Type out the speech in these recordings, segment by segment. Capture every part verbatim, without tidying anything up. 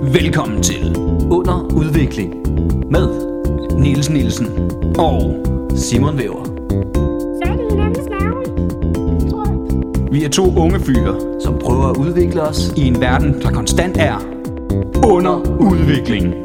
Velkommen til Under Udvikling med Niels Nielsen og Simon Væver. Så er det hinandens navn, tror jeg. vi er to unge fyre Som prøver at udvikle os i en verden, der konstant er under udvikling.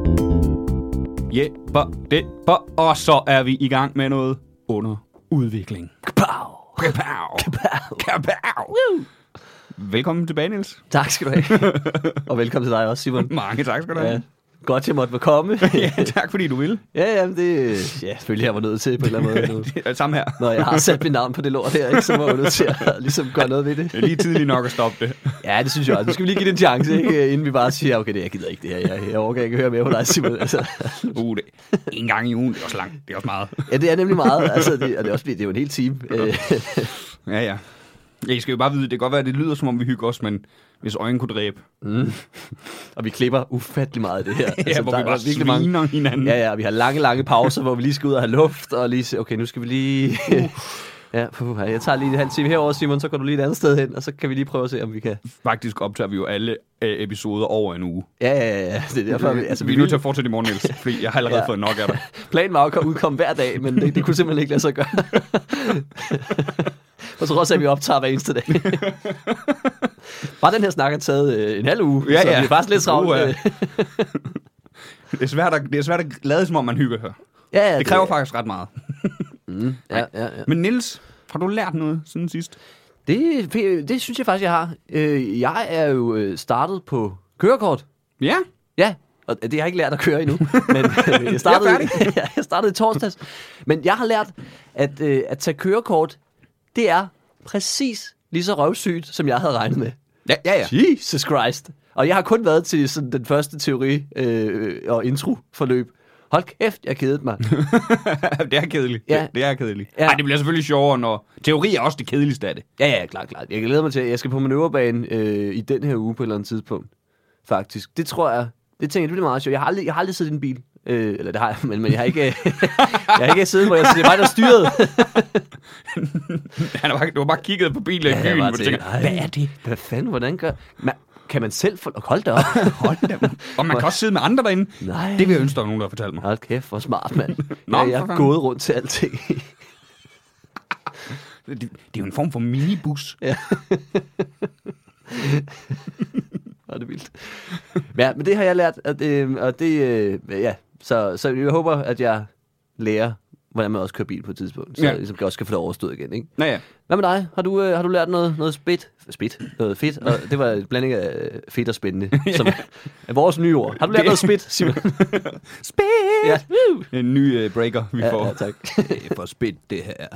Yeah, but, det, but, og så er vi i gang med noget under udvikling. Kapow! Kapow! Kapow! Kapow! Velkommen tilbage, Niels. Tak skal du have. Og velkommen til dig også, Simon. Mange tak skal du have. Ja, godt, jeg måtte komme. Ja, tak fordi du ville. Ja, jamen det... Ja, selvfølgelig jeg var nødt til på en eller anden måde. Det er samme her. Når jeg har sat mit navn på det lort her, ikke, så var jeg nødt til at ligesom gøre noget ved det. Det er lige tidligt nok at stoppe det. Ja, det synes jeg også. Nu skal vi lige give det en chance, ikke? Inden vi bare siger, okay, det, jeg gider ikke det her. Jeg, jeg overgår ikke høre mere på dig, Simon. Altså. Uh, det en gang i ugen, det er også langt. Det er også meget. Ja, det er nemlig meget. Altså, det, og det er, også, det er jo en hel time. Ja, ja. Jeg skal jo bare vide, det kan godt være, at det lyder, som om vi hygger os, men hvis øjnene kunne dræbe. Mm. Og vi klipper ufattelig meget af det her. Ja, altså, hvor der vi bare virkelig sviner mange... hinanden. Ja, ja, vi har lange, lange pauser, hvor vi lige skal ud og have luft, og lige se, okay, nu skal vi lige... ja, puh, jeg tager lige en halv time herover, Simon, så går du lige et andet sted hen, og så kan vi lige prøve at se, om vi kan... Faktisk optager vi jo alle øh, episoder over en uge. Ja, ja, ja, det er derfor... Vi, altså, vi er nødt til at fortsætte i morgen, Niels, fordi jeg har allerede ja. fået nok af dig. Planen var jo at udkomme hver dag, men det, det kunne simpelthen ikke lade sig gøre. Og så også at vi optager hver eneste dag. Bare den her snak har taget øh, en halv uge, ja, så ja. vi er faktisk lidt travlt. Uh, det, er svært at, det er svært at lade, som om man hygger her. Ja, ja, det kræver det, faktisk ret meget. mm, ja, ja, ja. Men Niels, har du lært noget siden sidst? Det, det synes jeg faktisk, jeg har. Jeg er jo startet på kørekort. Ja? Ja, og det har jeg ikke lært at køre endnu. Men jeg startede, jeg, jeg startede i torsdags. Men jeg har lært, at, at tage kørekort, det er præcis lige så røvsygt, som jeg havde regnet med. Ja, ja, ja. Jesus Christ. Og jeg har kun været til sådan den første teori øh, og intro-forløb. Hold kæft, jeg kedede mig. Det er kedeligt. Ja. Det, det er kedeligt. Ja. Ej, det bliver selvfølgelig sjovere, når teori er også det kedeligste af det. Ja, ja, klart, klart. Jeg glæder mig til, at jeg skal på manøvrebane øh, i den her uge på et eller andet tidspunkt. Faktisk. Det tror jeg, det tænker jeg, det bliver meget sjovt. Jeg har aldrig, jeg har aldrig siddet i en bil. Øh, eller det har jeg, men, men jeg har ikke, jeg har ikke siddet, hvor jeg, det er mig, der styrede. Han var, du har bare kigget på bilen ja, i byen, hvor du tænker, hvad er det? Hvad fanden, hvordan gør... Man, kan man selv få... Hold da op. Hold da. Og man kan også sidde med andre derinde. Nej. Det vil jeg ønske, der var nogen, der har fortalt mig. Hold kæft, hvor smart, mand. Nå, ja, jeg har gået rundt til alting. det, det er jo en form for minibus. Ja. Var det vildt. Ja, men det har jeg lært, at, øh, og det, øh, ja, så, så jeg håber, at jeg lærer, hvordan man også kører bil på et tidspunkt, så ja. jeg ligesom også kan få det overstået igen, ikke? Ja, ja. Hvad med dig? Har du, øh, har du lært noget, noget spit? Spit? Noget fedt? Og det var en blanding af øh, fedt og spændende, som er vores nye ord. Har du lært noget spit, Simon? Spit! Ja. En ny øh, breaker, vi ja, får. Ja, tak. Det er for spit, det her.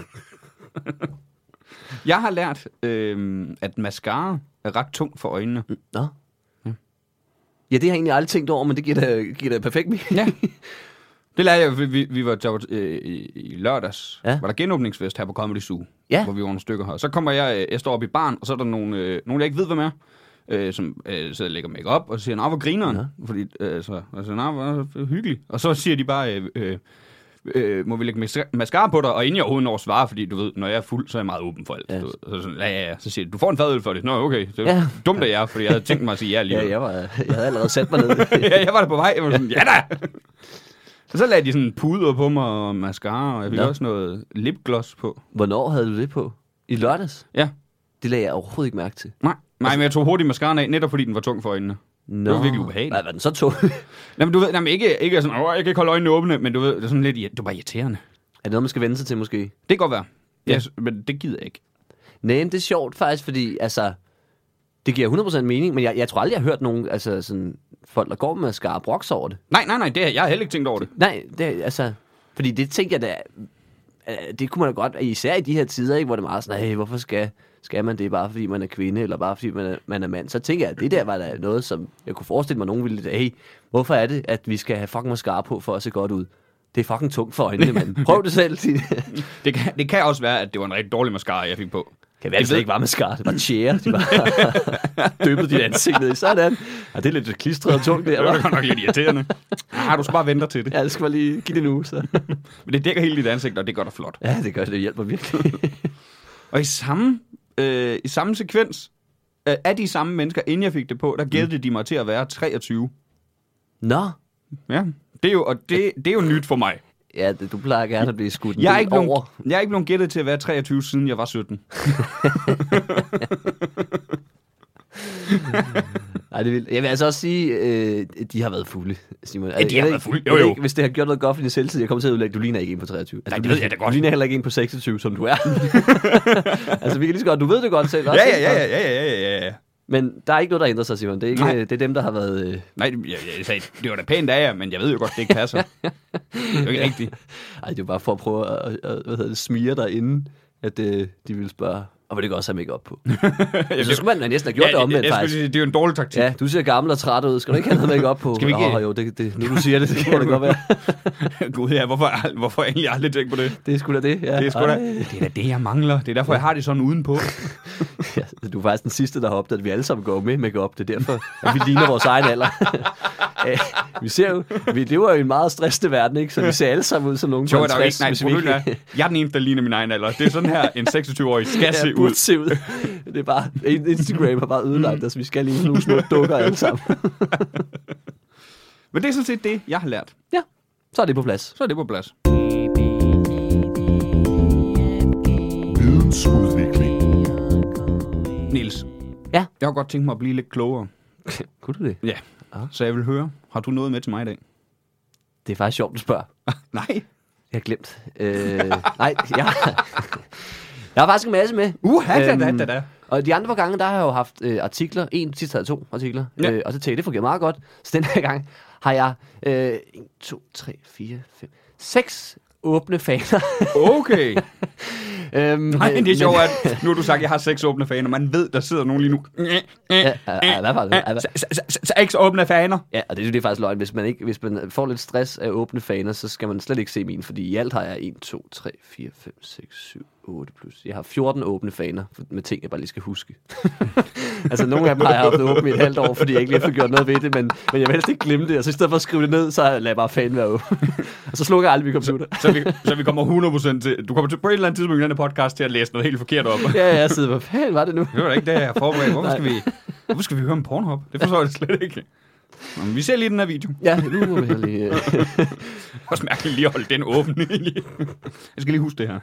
Jeg har lært, øh, at mascara er ret tung for øjnene. Nå. Ja. Ja, det har jeg egentlig aldrig tænkt over, men det giver da, giver da perfekt mening. Ja. Det lærte jeg, vi, vi var, der var øh, i, i lørdags, ja. Var der genåbningsfest her på Comedy Zoo, ja. Hvor vi var nogle stykker her. Så kommer jeg, jeg står op i baren, og så er der nogle, øh, nogle jeg ikke ved, hvem er, øh, som øh, sidder og lægger make-up, og så siger, nej, hvor grineren, ja. Fordi, øh, så, altså, nej, hvor hyggeligt. Og så siger de bare, øh, øh, øh, må vi lægge mascara på dig, og inden jeg overhovedet når at svare, fordi du ved, når jeg er fuld, så er jeg meget åben for alt. Ja. Så, så, sådan, ja, ja, ja. Så siger de, du får en fadøl for det. Nå, okay, det er ja. dumt af jer, fordi jeg havde tænkt mig at sige ja alligevel. Ja, jeg, var, jeg havde allerede sat mig ned. Ja, jeg var der på vej, jeg var sådan, ja da! Og så lagde de sådan puder på mig og mascara, og jeg fik ja. også noget lipgloss på. Hvornår havde du det på? I lørdags? Ja. Det lagde jeg overhovedet ikke mærke til. Nej, nej, men jeg tog hurtigt mascaraen af, netop fordi den var tung for øjnene. Nå. Det var virkelig ubehageligt. Hvad var den så tung? Nej, men du ved, nej, men ikke, ikke sådan, åh, jeg kan ikke holde øjnene åbne, men du ved, det er sådan lidt, det var bare irriterende. Er det noget, man skal vende sig til måske? Det kan godt være, ja. Jeg, men det gider jeg ikke. Nej, det er sjovt faktisk, fordi altså, det giver hundrede procent mening, men jeg, jeg tror aldrig, jeg har hørt nogen, altså sådan, folk, der går med mascara broks over det. Nej, nej, nej, det, jeg har heller ikke tænkt over det. Nej, det altså, fordi det tænker jeg da, det kunne man da godt, især i de her tider, ikke, hvor det er meget sådan, hey, hvorfor skal, skal man det, bare fordi man er kvinde, eller bare fordi man er, man er mand, så tænker jeg, at det der var da noget, som jeg kunne forestille mig, nogen ville, hey, hvorfor er det, at vi skal have fucking mascara på, for at se godt ud? Det er fucking tungt for øjnene, mand. Prøv det selv. det, kan, det kan også være, at det var en rigtig dårlig mascara, jeg fik på. Kan være, det, det ikke var mascara. Det var tjære. De bare døbede dit ansigt ned i sådan. Ja, det er lidt klistret og tungt der. Det var nok lidt irriterende. Ah, du skal bare vente til det. Ja, det skal bare lige give det nu. Så. Men det dækker hele dit ansigt, og det gør dig flot. Ja, det gør det. Det hjælper virkelig. Og i samme, øh, i samme sekvens, øh, af de samme mennesker, inden jeg fik det på, der gættede mm. de mig til at være treogtyve. Nå. Ja, det er jo, og det, det er jo nyt for mig. Ja, det, du plejer gerne at blive skudt en Jeg er, del ikke blevet, over. jeg er ikke blevet gættet til at være treogtyve, siden jeg var sytten. Nej, det vil. Jeg vil altså også sige, øh, de har været fulde, Simon. Ja, de har været fulde. Jo, Jeg ved jo. ikke, hvis det har gjort noget godt for din selvtid, jeg kommer til at udlægge, du ligner ikke en på treogtyve. Altså, Nej, du, det ved jeg da godt. Du ligner heller ikke en på seksogtyve, som du er. Altså, vi kan lige så godt, du ved det godt selv Ja, også. ja, ikke? ja, ja, ja, ja, ja, ja. Men der er ikke noget, der ændrer sig, Simon. Det er, ikke, Nej. det er dem, der har været... Øh... Nej, jeg, jeg sagde, det var da pænt af jer, men jeg ved jo godt, det ikke passer. Det er jo ikke rigtigt. Ej, det er jo bare for at prøve at, at hvad hedder det, smire dig inden, at øh, de vil spørge, og vil det godt have make-up på? Så skulle man næsten have gjort Ja, det omvendt, jeg, jeg, faktisk. sige, det er jo en dårlig taktik. Ja, du ser gammel og træt ud. Skal du ikke have noget make-up på? Skal vi ikke- Åh, jo, det, det, nu du siger det, det kan det godt være. Gud, ja, hvorfor, hvorfor har jeg egentlig aldrig tænkt på det? Det er sgu da det, ja. Det er, sgu da, Ej. det er da det, jeg mangler. Det er derfor, jeg har det sådan udenpå. Ja, du er faktisk den sidste, der har opdaget, at vi alle sammen går med make-up. Det er derfor, at vi ligner vores egen alder. Ja, vi ser jo, vi lever jo i en meget stressende verden, ikke? Så vi ser alle sammen ud som nogen Jo, på der er jo ikke, nej, hvis vi problemet er, jeg er den eneste, der ligner min egen alder. Det er sådan her, en seksogtyve-årig skal se ja, ud. burde se ud. Det er bare, Instagram har bare ødelagt os. Vi skal lige nogle små dukker alle sammen. Men det er sådan set det, jeg har lært. Ja, så er det på plads. Så er det på plads. Vidensudvikling. Niels, Ja. jeg har godt tænkt mig at blive lidt klogere. Kunne du det? Ja, så jeg vil høre, har du noget med til mig i dag? Det er faktisk sjovt, du spørger. Nej. Jeg har glemt. Øh, nej, jeg, jeg har faktisk en masse med. Uha, da, da, Øhm, da, da. Og de andre par gange, der har jeg jo haft øh, artikler. En, sidst havde jeg to artikler. Ja. Øh, og så tænkte jeg, det fungerer meget godt. Så den her gang har jeg øh, en, to, tre, fire, fem, seks åbne faner. Okay. øhm, Nej, det er men- sjovt, at nu har du sagt, at jeg har seks åbne faner. Man ved, der sidder nogen lige nu. Ja, ja, ja, hvad var det? Ja, hvad- Seks åbne faner. Ja, og det, det er faktisk løgn. Hvis man, ikke, hvis man får lidt stress af åbne faner, så skal man slet ikke se min, fordi i alt har jeg en, to, tre, fire, fem, seks, syv, otte plus. Jeg har fjorten åbne faner med ting, jeg bare lige skal huske. Altså, nogle af dem har jeg haft åbne i et halvt år, fordi jeg ikke lige har fået gjort noget ved det, men, men jeg vil helst ikke glemme det. Og så i stedet for at skrive det ned, så lader jeg bare fanen være åben. Og så slukker jeg aldrig min computer. Så vi, så vi kommer hundrede procent til... Du kommer til på et eller andet tidspunkt i denne podcast til at læse noget helt forkert op. Ja, jeg sidder, hvad fanden var det nu? Det var da ikke det, jeg har forberedt. Hvorfor Nej. skal vi, hvorfor skal vi høre om Pornhub? Det forstår jeg slet ikke. Nå, men vi ser lige den her video. Ja, nu må vi lige... øh, Det er også mærkeligt lige at holde den åben. Jeg skal lige huske det her.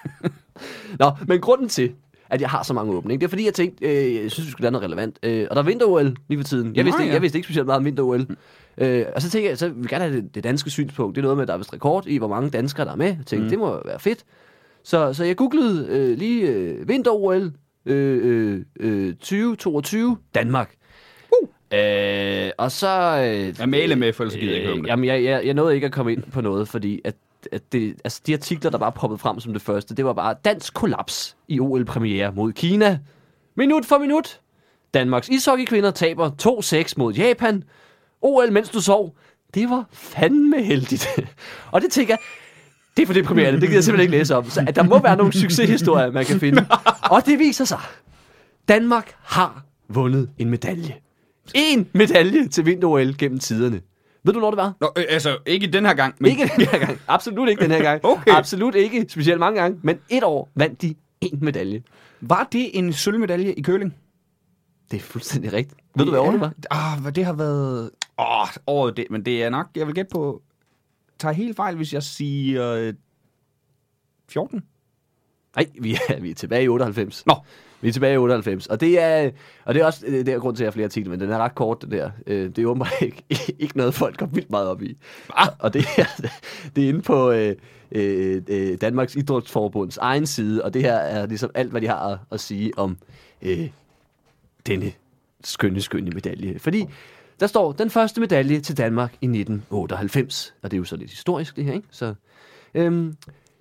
Nå, men grunden til, at jeg har så mange åbne, ikke? Det er fordi, jeg tænkte, øh, jeg synes, vi skulle lave noget relevant. Øh, og der er vinter-O L lige for tiden. Jeg vidste, Nå, ikke, ja. jeg vidste ikke specielt meget om vinter-O L. Øh, og så tænkte jeg, så vil vi gerne have det, det danske synspunkt. Det er noget med, at der er vist rekord i, hvor mange danskere, der er med. Jeg tænkte, mm. det må være fedt. Så, så jeg googlede øh, lige øh, vinter-O L øh, øh, øh, tyve toogtyve Danmark. Uh. Øh, og så... Øh, Jeg mailer med, for ellers gider jeg ikke høre om øh, det. Jamen, jeg, jeg, jeg nåede ikke at komme ind på noget, fordi at, at det, altså, de artikler, der bare poppede frem som det første, det var bare dansk kollaps i O L-premiere mod Kina. Minut for minut. Danmarks ishockeykvinder taber to seks mod Japan. O L, mens du sov. Det var fandme heldigt. Og det tænker jeg, det er for deprimerende. Det gider jeg simpelthen ikke læse om. Så at der må være nogle succeshistorier, man kan finde. Og det viser sig. Danmark har vundet en medalje. En medalje til vinter-O L gennem tiderne. Ved du, når det var? Nå, øh, altså, ikke den her gang, men... Ikke den her gang. Absolut ikke den her gang. Okay. Absolut ikke specielt mange gange. Men et år vandt de en medalje. Var det en sølvmedalje i curling? Det er fuldstændig rigtigt. Ved du, hvad år det var? Ah, hvad det har været... Åh, året det, men det er nok... Jeg vil gætte på... Tager helt fejl, hvis jeg siger... øh, fjorten? Nej, vi er, vi er tilbage i otteoghalvfems. Nå. Vi er tilbage i otteoghalvfems. Og det er, og det er også det er grund til, at jeg har flere artikler, men den er ret kort, den der. Det er åbenbart ikke, ikke noget, folk går vildt meget op i. Ah. Og det er, det er inde på øh, øh, Danmarks Idrætsforbunds egen side, og det her er ligesom alt, hvad de har at, at sige om øh, denne skønne, skønne medalje. Fordi der står den første medalje til Danmark i nitten otteoghalvfems, og det er jo så lidt historisk, det her, ikke? Så, øhm,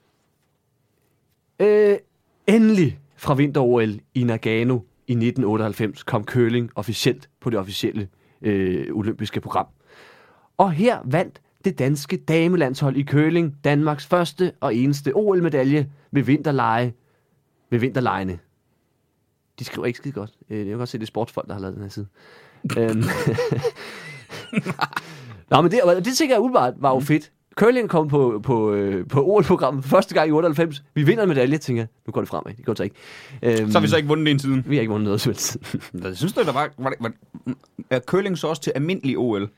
øh, endelig fra vinter-O L i Nagano i nitten otteoghalvfems kom curling officielt på det officielle øh, olympiske program. Og her vandt det danske damelandshold i curling Danmarks første og eneste O L-medalje ved vinterlege ved vinterlegene. De skriver ikke skide godt. Øh, jeg kan godt se, det er sportsfolk, der har lavet den her side. øhm. Nå, men det, og det tænker jeg umiddelbart var jo fedt. curling kom på, på, øh, på O L-programmet første gang i otteoghalvfems. Vi vinder en medalje, tænker jeg. Nu går det fremad. Det går så ikke. Øhm, Så har vi så ikke vundet en siden. Vi har ikke vundet noget som helst. Jeg synes, der var, var, var, er curling så også til almindelig O L?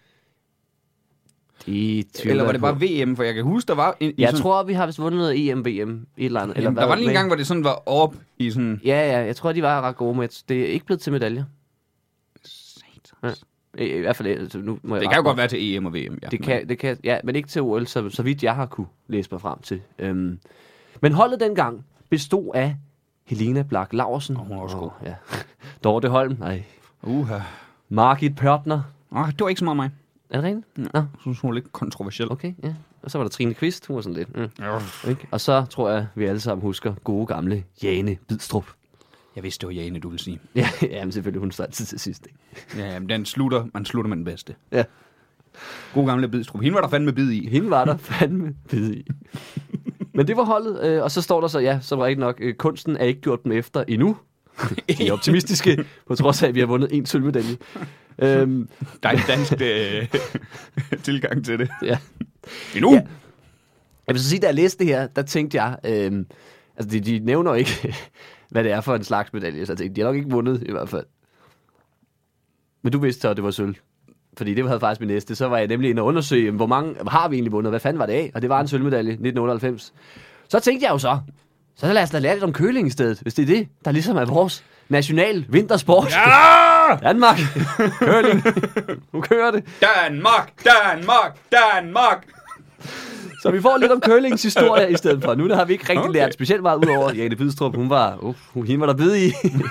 De Eller var det bare V M? For jeg kan huske, der var... En, Jeg sådan, tror, vi har vist vundet noget E M, V M, et eller andet. Eller jamen, der var lige en men- gang, hvor det sådan var op i sådan... Ja, ja, jeg tror, de var ret gode med. Det er ikke blevet til medaljer. Ja. I, I hvert fald, altså, nu må jeg Det rette kan jo mig. godt være til E M og V M, ja. Det kan, det kan, ja, men ikke til O L, så, så vidt jeg har kunne læse mig frem til. Øhm. Men holdet dengang bestod af Helena Blak Laursen. Åh, hun er også god. ja. Dorte Holm. Nej. Uha. Margit Pørtner. Åh, det var ikke så meget mig. Er det rent? Ja. Nå, Jeg synes, hun var lidt kontroversiel. okay, ja. Og så var der Trine Kvist. Hun var sådan lidt. Mm. Ja. Ikke? Og så tror jeg, vi alle sammen husker gode gamle Jane Bidstrup. Jeg vidste, det var Jane, du ville sige. Ja, jamen selvfølgelig, hun står altid til sidst. Ikke? Ja, men den slutter, man slutter med den bedste. Ja. God gamle Bidstrup. Hende var der fandme bid i. Hende var der fandme bid i. Men det var holdet, øh, og så står der så, ja, som rigtig nok, øh, kunsten er ikke gjort dem efter endnu. De er optimistiske, på trods af, at vi har vundet en sølvmedalje. øhm, Der er en dansk øh, tilgang til det. ja. Endnu? Ja. Jeg vil så sige, da jeg læste det her, der tænkte jeg, øh, altså de, de nævner ikke, hvad det er for en slags medalje, så jeg tænkte, de har nok ikke vundet i hvert fald. Men du vidste så, at det var sølv. Fordi det var faktisk min næste. Så var jeg nemlig inde og undersøge, hvor mange har vi egentlig vundet, hvad fanden var det af? Og det var en sølvmedalje, nitten otteoghalvfems. Så tænkte jeg jo så, så lad os da lære lidt om køling i stedet, hvis det er det, der ligesom er vores national vintersport. Ja! Danmark, curling, nu kører det. Danmark, Danmark, Danmark! Så vi får lidt om curlings historie i stedet for. Nu der har vi ikke rigtig Okay. okay. lært specielt meget ud over Jane Bidstrup. Hun var, uh, hun, hende var der bid i.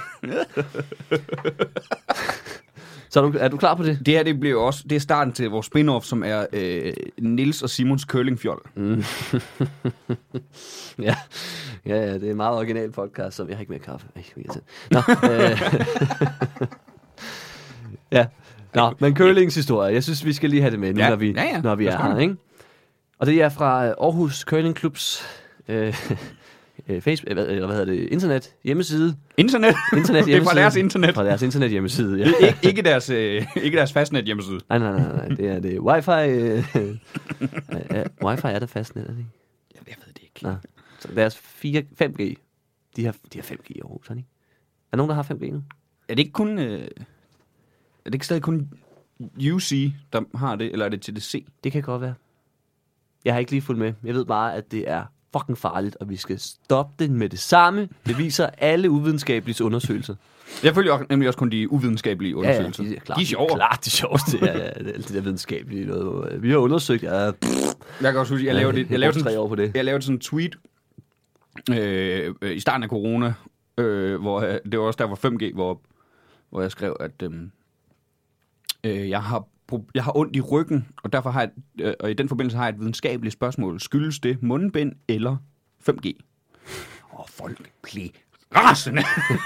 Så er du, er du klar på det? Det her, det bliver også, det er starten til vores spin-off, som er øh, Nils og Simons curlingfjold. Mm. ja. ja, ja, det er en meget original podcast, som jeg har ikke mere kaffe. Ej, hvor irriterende. Nå, øh. ja. Nå, men curlings historie. Jeg synes, vi skal lige have det med, nu, Ja. når vi, Ja, ja. når vi Lad er os her. komme. Ikke? Og det er fra øh, Aarhus Curling Clubs øh, øh, Facebook, eller hvad, hvad hedder det, internet hjemmeside. Internet? Internet Det er fra deres internet. Fra deres internet hjemmeside, ja. Det er ikke, ikke, deres, øh, ikke deres fastnet hjemmeside. Nej, nej, nej, nej, det er det. Wi-Fi, øh, øh, Wi-Fi er der fastnet, er det ikke? Jeg ved det ikke. Nå. Så deres fire, fem G, de har, de har fem G i Aarhus, er det ikke? Er der nogen, der har fem G nu? Er det ikke kun... Øh, er det ikke stadig kun U C, der har det, eller er det T D C? Det kan godt være. Jeg har ikke lige fulgt med. Jeg ved bare, at det er fucking farligt, og vi skal stoppe det med det samme. Det viser alle uvidenskabelige undersøgelser. Jeg følger også, nemlig også kun de uvidenskabelige undersøgelser. Ja, ja, de er klart, de er sjovere. klart de sjoveste. Ja, ja, det er alt det der videnskabelige noget. hvor, øh, Vi har undersøgt, ja, Jeg kan også huske, jeg lavede, det, jeg lavede, tre sådan, år på det. jeg lavede sådan en tweet øh, øh, i starten af corona, øh, hvor øh, det var også der var fem G, hvor, hvor jeg skrev, at øh, øh, jeg har pro- jeg har ondt i ryggen, og derfor har jeg, øh, og i den forbindelse har jeg et videnskabeligt spørgsmål. Skyldes det mundbind eller fem G? Og folk blev rasende.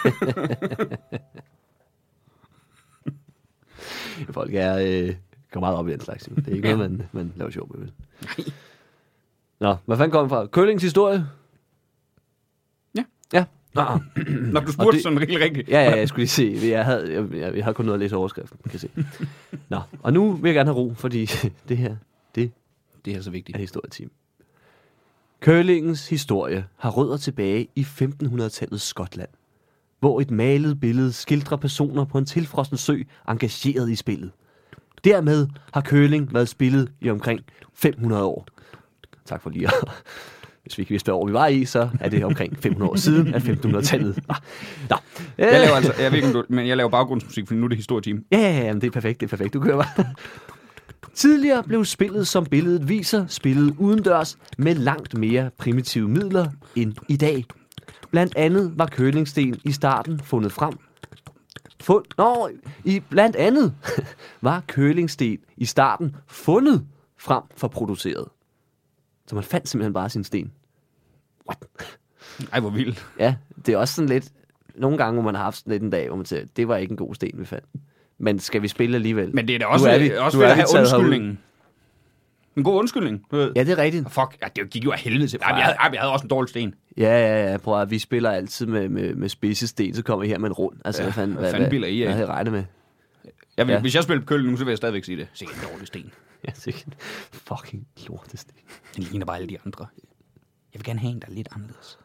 Folk er, øh, går meget op i den slags. Det er ikke noget, man, man laver sjov med. Nej. Nå, hvad fanden kommer fra? Curlings historie? Ja. Ja. Nå. Når du spurgte det- sådan rigtig rigtigt. Ja, ja, jeg skulle lige se. Jeg havde, jeg, jeg, jeg havde kun noget at læse overskriften, kan jeg se. Nå, og nu vil jeg gerne have ro, fordi det her, det Det er så vigtigt. er historietime. Curlingens historie har rødder tilbage i femtenhundredetallets Skotland, hvor et malet billede skildrer personer på en tilfrossen sø engageret i spillet. Dermed har curling været spillet i omkring fem hundrede år. Tak for lige at... Hvis vi ikke vidste, hvad år vi var i, så er det omkring fem hundrede år siden af femtenhundredetallet. Ah, nå. Jeg laver altså, jeg ved ikke, om du, men jeg laver baggrundsmusik, for nu er det historietime. Ja, ja, ja, men det er perfekt, det er perfekt. Du kører bare. Tidligere blev spillet, som billedet viser, spillet udendørs med langt mere primitive midler end i dag. Blandt andet var curlingsten i starten fundet frem. Fund, nå, i blandt andet var curlingsten i starten fundet frem for produceret. Så man fandt simpelthen bare sin sten. What? Ej, hvor vildt. Ja, det er også sådan lidt... Nogle gange, hvor man har haft sådan lidt en dag, hvor man siger, det var ikke en god sten, vi fandt. Men skal vi spille alligevel? Men det er da også, Nu er er vi- vi, også nu ved er at vi have taget herud. undskyldningen. En god undskyldning. Du ved. Ja, det er rigtigt. Fuck, ja, det gik jo af helvede til. Ej, vi havde, ej, vi havde også en dårlig sten. Ja, ja, ja. Prøv at vi spiller altid med, med, med spidse sten, så kommer I her med en rund. Altså, Ja, hvad fanden, hvad fanden bilder I af? Hvad havde jeg regnet med? Jeg vil, Ja. Hvis jeg spiller køl nu, så vil jeg stadigvæk sige det. Sikkert en dårlig sten. Ja, sikkert. Fucking lortesten. Den ligner bare alle de andre. Jeg vil gerne have en, der er lidt anderledes.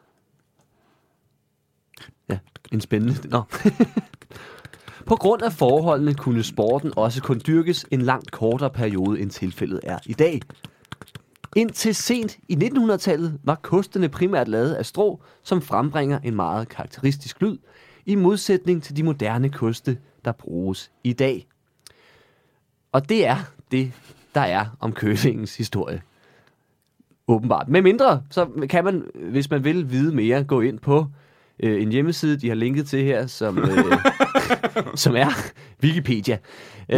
Ja, en spændende... Nå. På grund af forholdene kunne sporten også kun dyrkes en langt kortere periode, end tilfældet er i dag. Indtil sent i nittenhundredetallet var kostene primært lavet af strå, som frembringer en meget karakteristisk lyd, i modsætning til de moderne koste, der bruges i dag. Og det er det, der er om kølingens historie. Åbenbart. Med mindre, så kan man, hvis man vil vide mere, gå ind på øh, en hjemmeside, de har linket til her, som, øh, som er Wikipedia. Øh,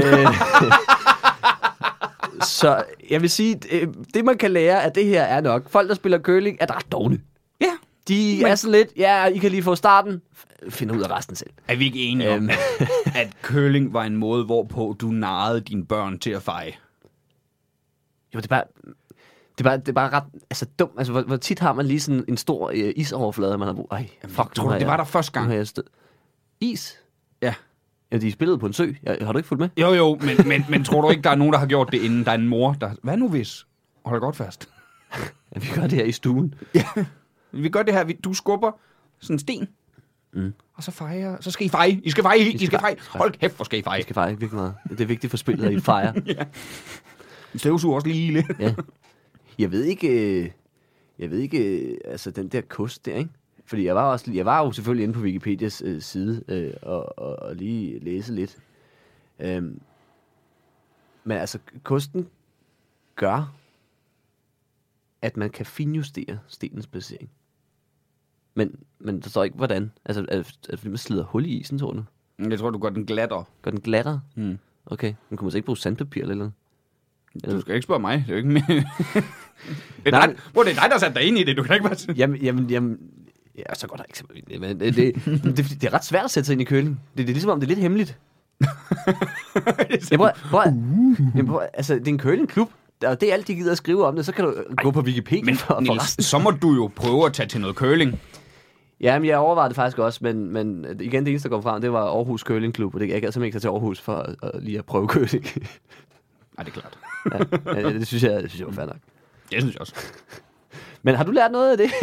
så jeg vil sige, det man kan lære af det her er nok, folk der spiller curling er ret dovne. Ja. De men... er sådan lidt, ja, I kan lige få starten, finder ud af resten selv. Er vi ikke enige om, at, at curling var en måde, hvorpå du narrede dine børn til at feje? Jo, det er bare... Det er bare, det er bare ret altså, dumt. Altså, hvor, hvor tit har man lige sådan en stor øh, isoverflade, man har brugt? Ej, fuck, tror du, det var der første gang? Nu har jeg stød. Is? Ja. Ja, de spillede på en sø. Jeg, har du ikke fulgt med? Jo, jo, men, men, men tror du ikke, der er nogen, der har gjort det inden? Der er en mor, der... Hvad nu hvis? Hold godt fast. Ja, vi gør det her i stuen. Ja, vi gør det her. Vi, du skubber sådan en sten, mm. og så fejrer... Så skal I feje. I skal feje. I, I skal feje. Hold kæft, hvor skal I feje. I skal feje virkelig meget. Det er vigtigt for spillet, at I fejrer. Ja. I støvsuger også lige lidt. Ja. Jeg ved ikke... Øh, jeg ved ikke... Øh, altså, den der kost der, ikke? Fordi jeg var, også, jeg var jo selvfølgelig inde på Wikipedias øh, side øh, og, og, og lige læse lidt. Øhm, men altså, kosten gør, at man kan finjustere stenens placering. Men, men der står ikke, hvordan. Altså, er det, er det fordi, man slider hul i isen, tror du? Jeg tror, du gør den glattere. Gør den glattere? Hmm. Okay, men kunne man så ikke bruge sandpapir eller noget? Du skal ikke spørge mig. Det er jo ikke mere... det, er dig, hvor det er dig, der satte dig ind i det. Du kan ikke bare sige... Jamen, jamen, jamen... Ja, så går der ikke så meget. Men det, det, det, det, det er ret svært at sætte sig ind i køling. Det, det er ligesom om, det er lidt hemmeligt. jeg prøver, prøver, jeg prøver, altså, det er en curlingklub, og det er alt, de gider at skrive om det. Så kan du Ej, gå på Wikipedia men, for, for resten. Så må du jo prøve at tage til noget curling. Jamen, jeg overvejede det faktisk også, men, men igen, det eneste, der kom frem, det var Aarhus Curlingklub, og det, jeg kan simpelthen ikke tage til Aarhus for at, at lige at prøve curling. Nej, det er klart. Ja, det synes jeg, det synes jeg var fair nok. Det synes jeg også. Men har du lært noget af det?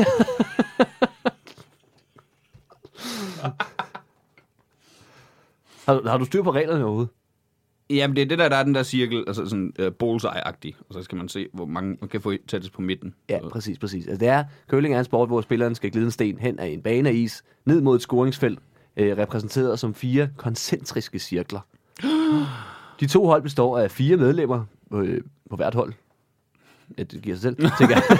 har, du, har du styr på reglerne overhovedet? Jamen, det er det der, der er den der cirkel, altså sådan uh, bullseye-agtig, og så skal man se, hvor mange man kan få tættes på midten. Ja, præcis, præcis. Altså, det er, curling er en sport, hvor spilleren skal glide en sten hen af en bane af is, ned mod et scoringsfelt, øh, repræsenteret som fire koncentriske cirkler. De to hold består af fire medlemmer øh, på hvert hold. Ja, det giver sig selv, tænker jeg.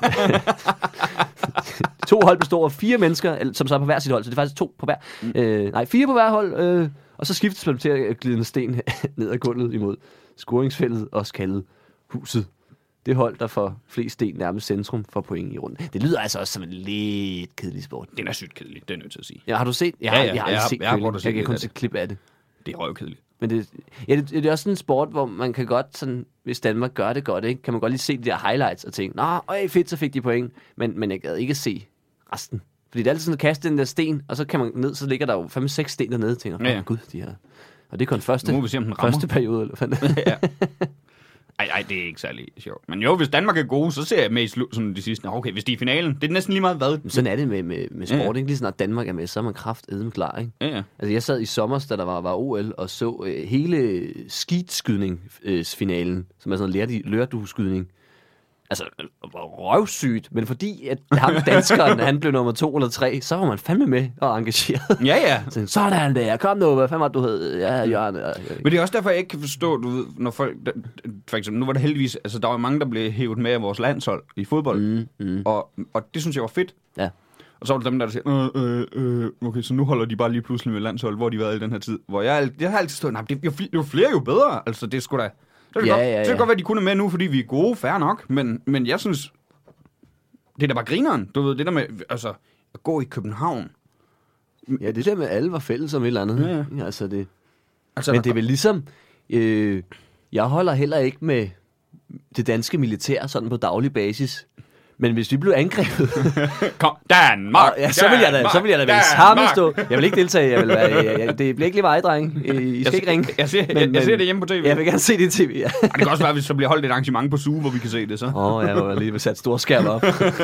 De to hold består af fire mennesker, som så er på hver sit hold, så det er faktisk to på hver. Mm. Øh, nej, fire på hver hold, øh, og så skiftes man til at glide en sten ned ad gulvet imod scoringsfeltet, også kaldet huset. Det hold, der får flest sten nærmest centrum for point i runden. Det lyder altså også som en lidt kedelig sport. Den er sygt kedelig, det er nødt til at sige. Ja, har du set? Jeg Ja, har, ja, jeg har jeg aldrig har- set jeg har curling. prøvet at se Jeg kan lidt kun af se det. klip af det. Det er røvkedeligt. Men det, ja, det, det er også sådan en sport, hvor man kan godt, sådan, hvis Danmark gør det godt, ikke, kan man godt lige se de der highlights og tænke, nå, øj, fedt, så fik de point, men, men jeg gad ikke se resten. Fordi det er altid sådan at kaste den der sten, og så kan man ned, så ligger der jo fem seks sten dernede, og tænker, åh, Ja, ja. gud, de her. Og det er kun første, Nu må vi se, om den rammer. første periode, eller hvad Ja. Ej, ej, det er ikke særlig sjovt. Men jo, hvis Danmark er gode, så ser jeg med i slu- sådan de sidste. Nå, okay, hvis de er i finalen, det er næsten lige meget hvad. Men sådan er det med, med, med sport, Ja, ja. ikke? Lige snart Danmark er med, så er man kraftedeme klar, ikke? Ja, ja. Altså, jeg sad i sommer, da der var, var O L, og så øh, hele skidskydningsfinalen, som er sådan en lørdueskydning. Altså, det var røvsygt, men fordi at ham danskeren, han blev nummer to eller tre, så var man fandme med og engageret. Ja, ja. Så, sådan der, kom nu, hvad fanden var det, du hed? Ja, Jørgen. Ja, Men det er også derfor, jeg ikke kan forstå, du ved, når folk... Der, for eksempel, nu var det heldigvis... Altså, der var mange, der blev hævet med af vores landshold i fodbold. Mm, mm. Og, og det synes jeg var fedt. Ja. Og så var der dem, der siger, øh, øh, øh, okay, så nu holder de bare lige pludselig med landshold, hvor de har været i den her tid. Hvor jeg, al- jeg har altid stået, nej, det, jo, fl- jo flere, jo bedre. Altså, det er sgu da... Det kan Ja, godt, ja, det kan ja. godt være, de kun er med nu, fordi vi er gode, fair nok. Men, men jeg synes, det er da bare grineren. Du ved, det der med, altså, at gå i København. ja, det der med, at alle var fælles om et eller andet. Ja, ja. Altså, det... Altså, Men det er vel ligesom, øh, jeg holder heller ikke med det danske militær sådan på daglig basis. Men hvis vi blev angrebet, Kom, Danmark! ja, så vil jeg da, så vil jeg da vel samme stå. Jeg vil ikke deltage. Jeg vil være, jeg, jeg, det bliver ikke lige vej, dreng. I, I skal jeg, ikke ringe. Jeg, ser, Men- jeg, jeg ser men- det hjemme på tv. Jeg vil gerne se det i tv, ja. Ej, det kan også være, hvis så bliver holdt et arrangement på Suge, hvor vi kan se det så. Åh, oh, jeg har lige sat stor skærm op.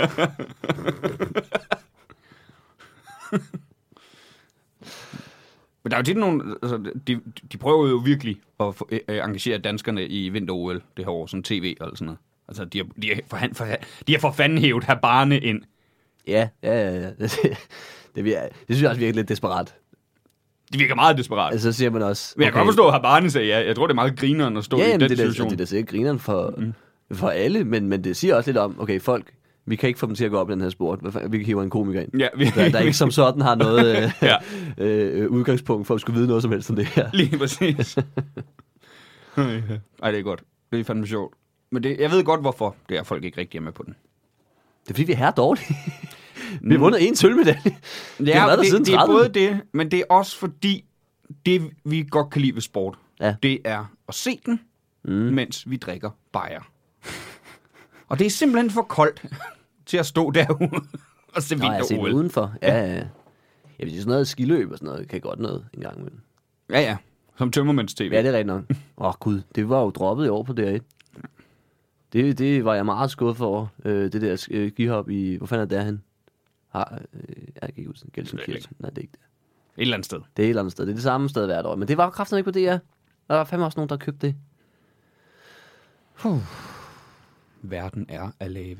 Men der er jo tit nogle, altså, de, de prøver jo virkelig at få, øh, engagere danskerne i vinter-O L det her år, sådan tv eller sådan noget. Altså, de har, de har, for, for, de har for fanden hævet her barne ind. Ja, ja, ja. ja. Det, det, det, det synes jeg også virker lidt desperat. Det virker meget desperat. Altså, så siger man også... Men jeg kan godt forstå, at Habane sagde ja. Jeg tror, det er meget grineren at stå ja, i jamen, den det, er situation. da- det er da sikkert grineren for, mm. for alle, men, men det siger også lidt om, okay, folk, vi kan ikke få dem til at gå op i den her sport. Hvad fanden, vi kan hive en komiker ind. Ja, vi, Der, der ikke som sådan har noget øh, Ja. øh, udgangspunkt for at skulle vide noget som helst om det her. Lige præcis. Ej, det er godt. Det er fandme sjovt. Men det, jeg ved godt, hvorfor det er, folk ikke rigtig er med på den. Det er fordi, vi er her dårlige. Vi har vundet en sølvmedalje. Ja, det har været der det, siden det er trediverne. både det, men det er også fordi, det vi godt kan lide ved sport, Ja. det er at se den, mm. mens vi drikker bajer. Og det er simpelthen for koldt til at stå derude og se Nå, jeg har set vinter-O L. udenfor. Ja, ja. Jeg vil sige, sådan noget skiløb og sådan noget, kan godt noget en gang imellem. Ja, ja. Som tømmermænds-tv. Ja, det er rigtigt nok. Åh, oh, gud. Det var jo droppet i år på D R et. Det, det var jeg meget skuffet for, øh, det der øh, skihop i... Hvor fanden er det derhen? Har, øh, jeg kan ikke huske. Gelsenkirchen. Nej, det er ikke det. Et eller andet sted. Det er et eller andet sted. Det er det samme sted hvert år. Men det var jo kraftigt ikke på D R. Der var fandme også nogen, der købte det. Puh. Verden er af lave.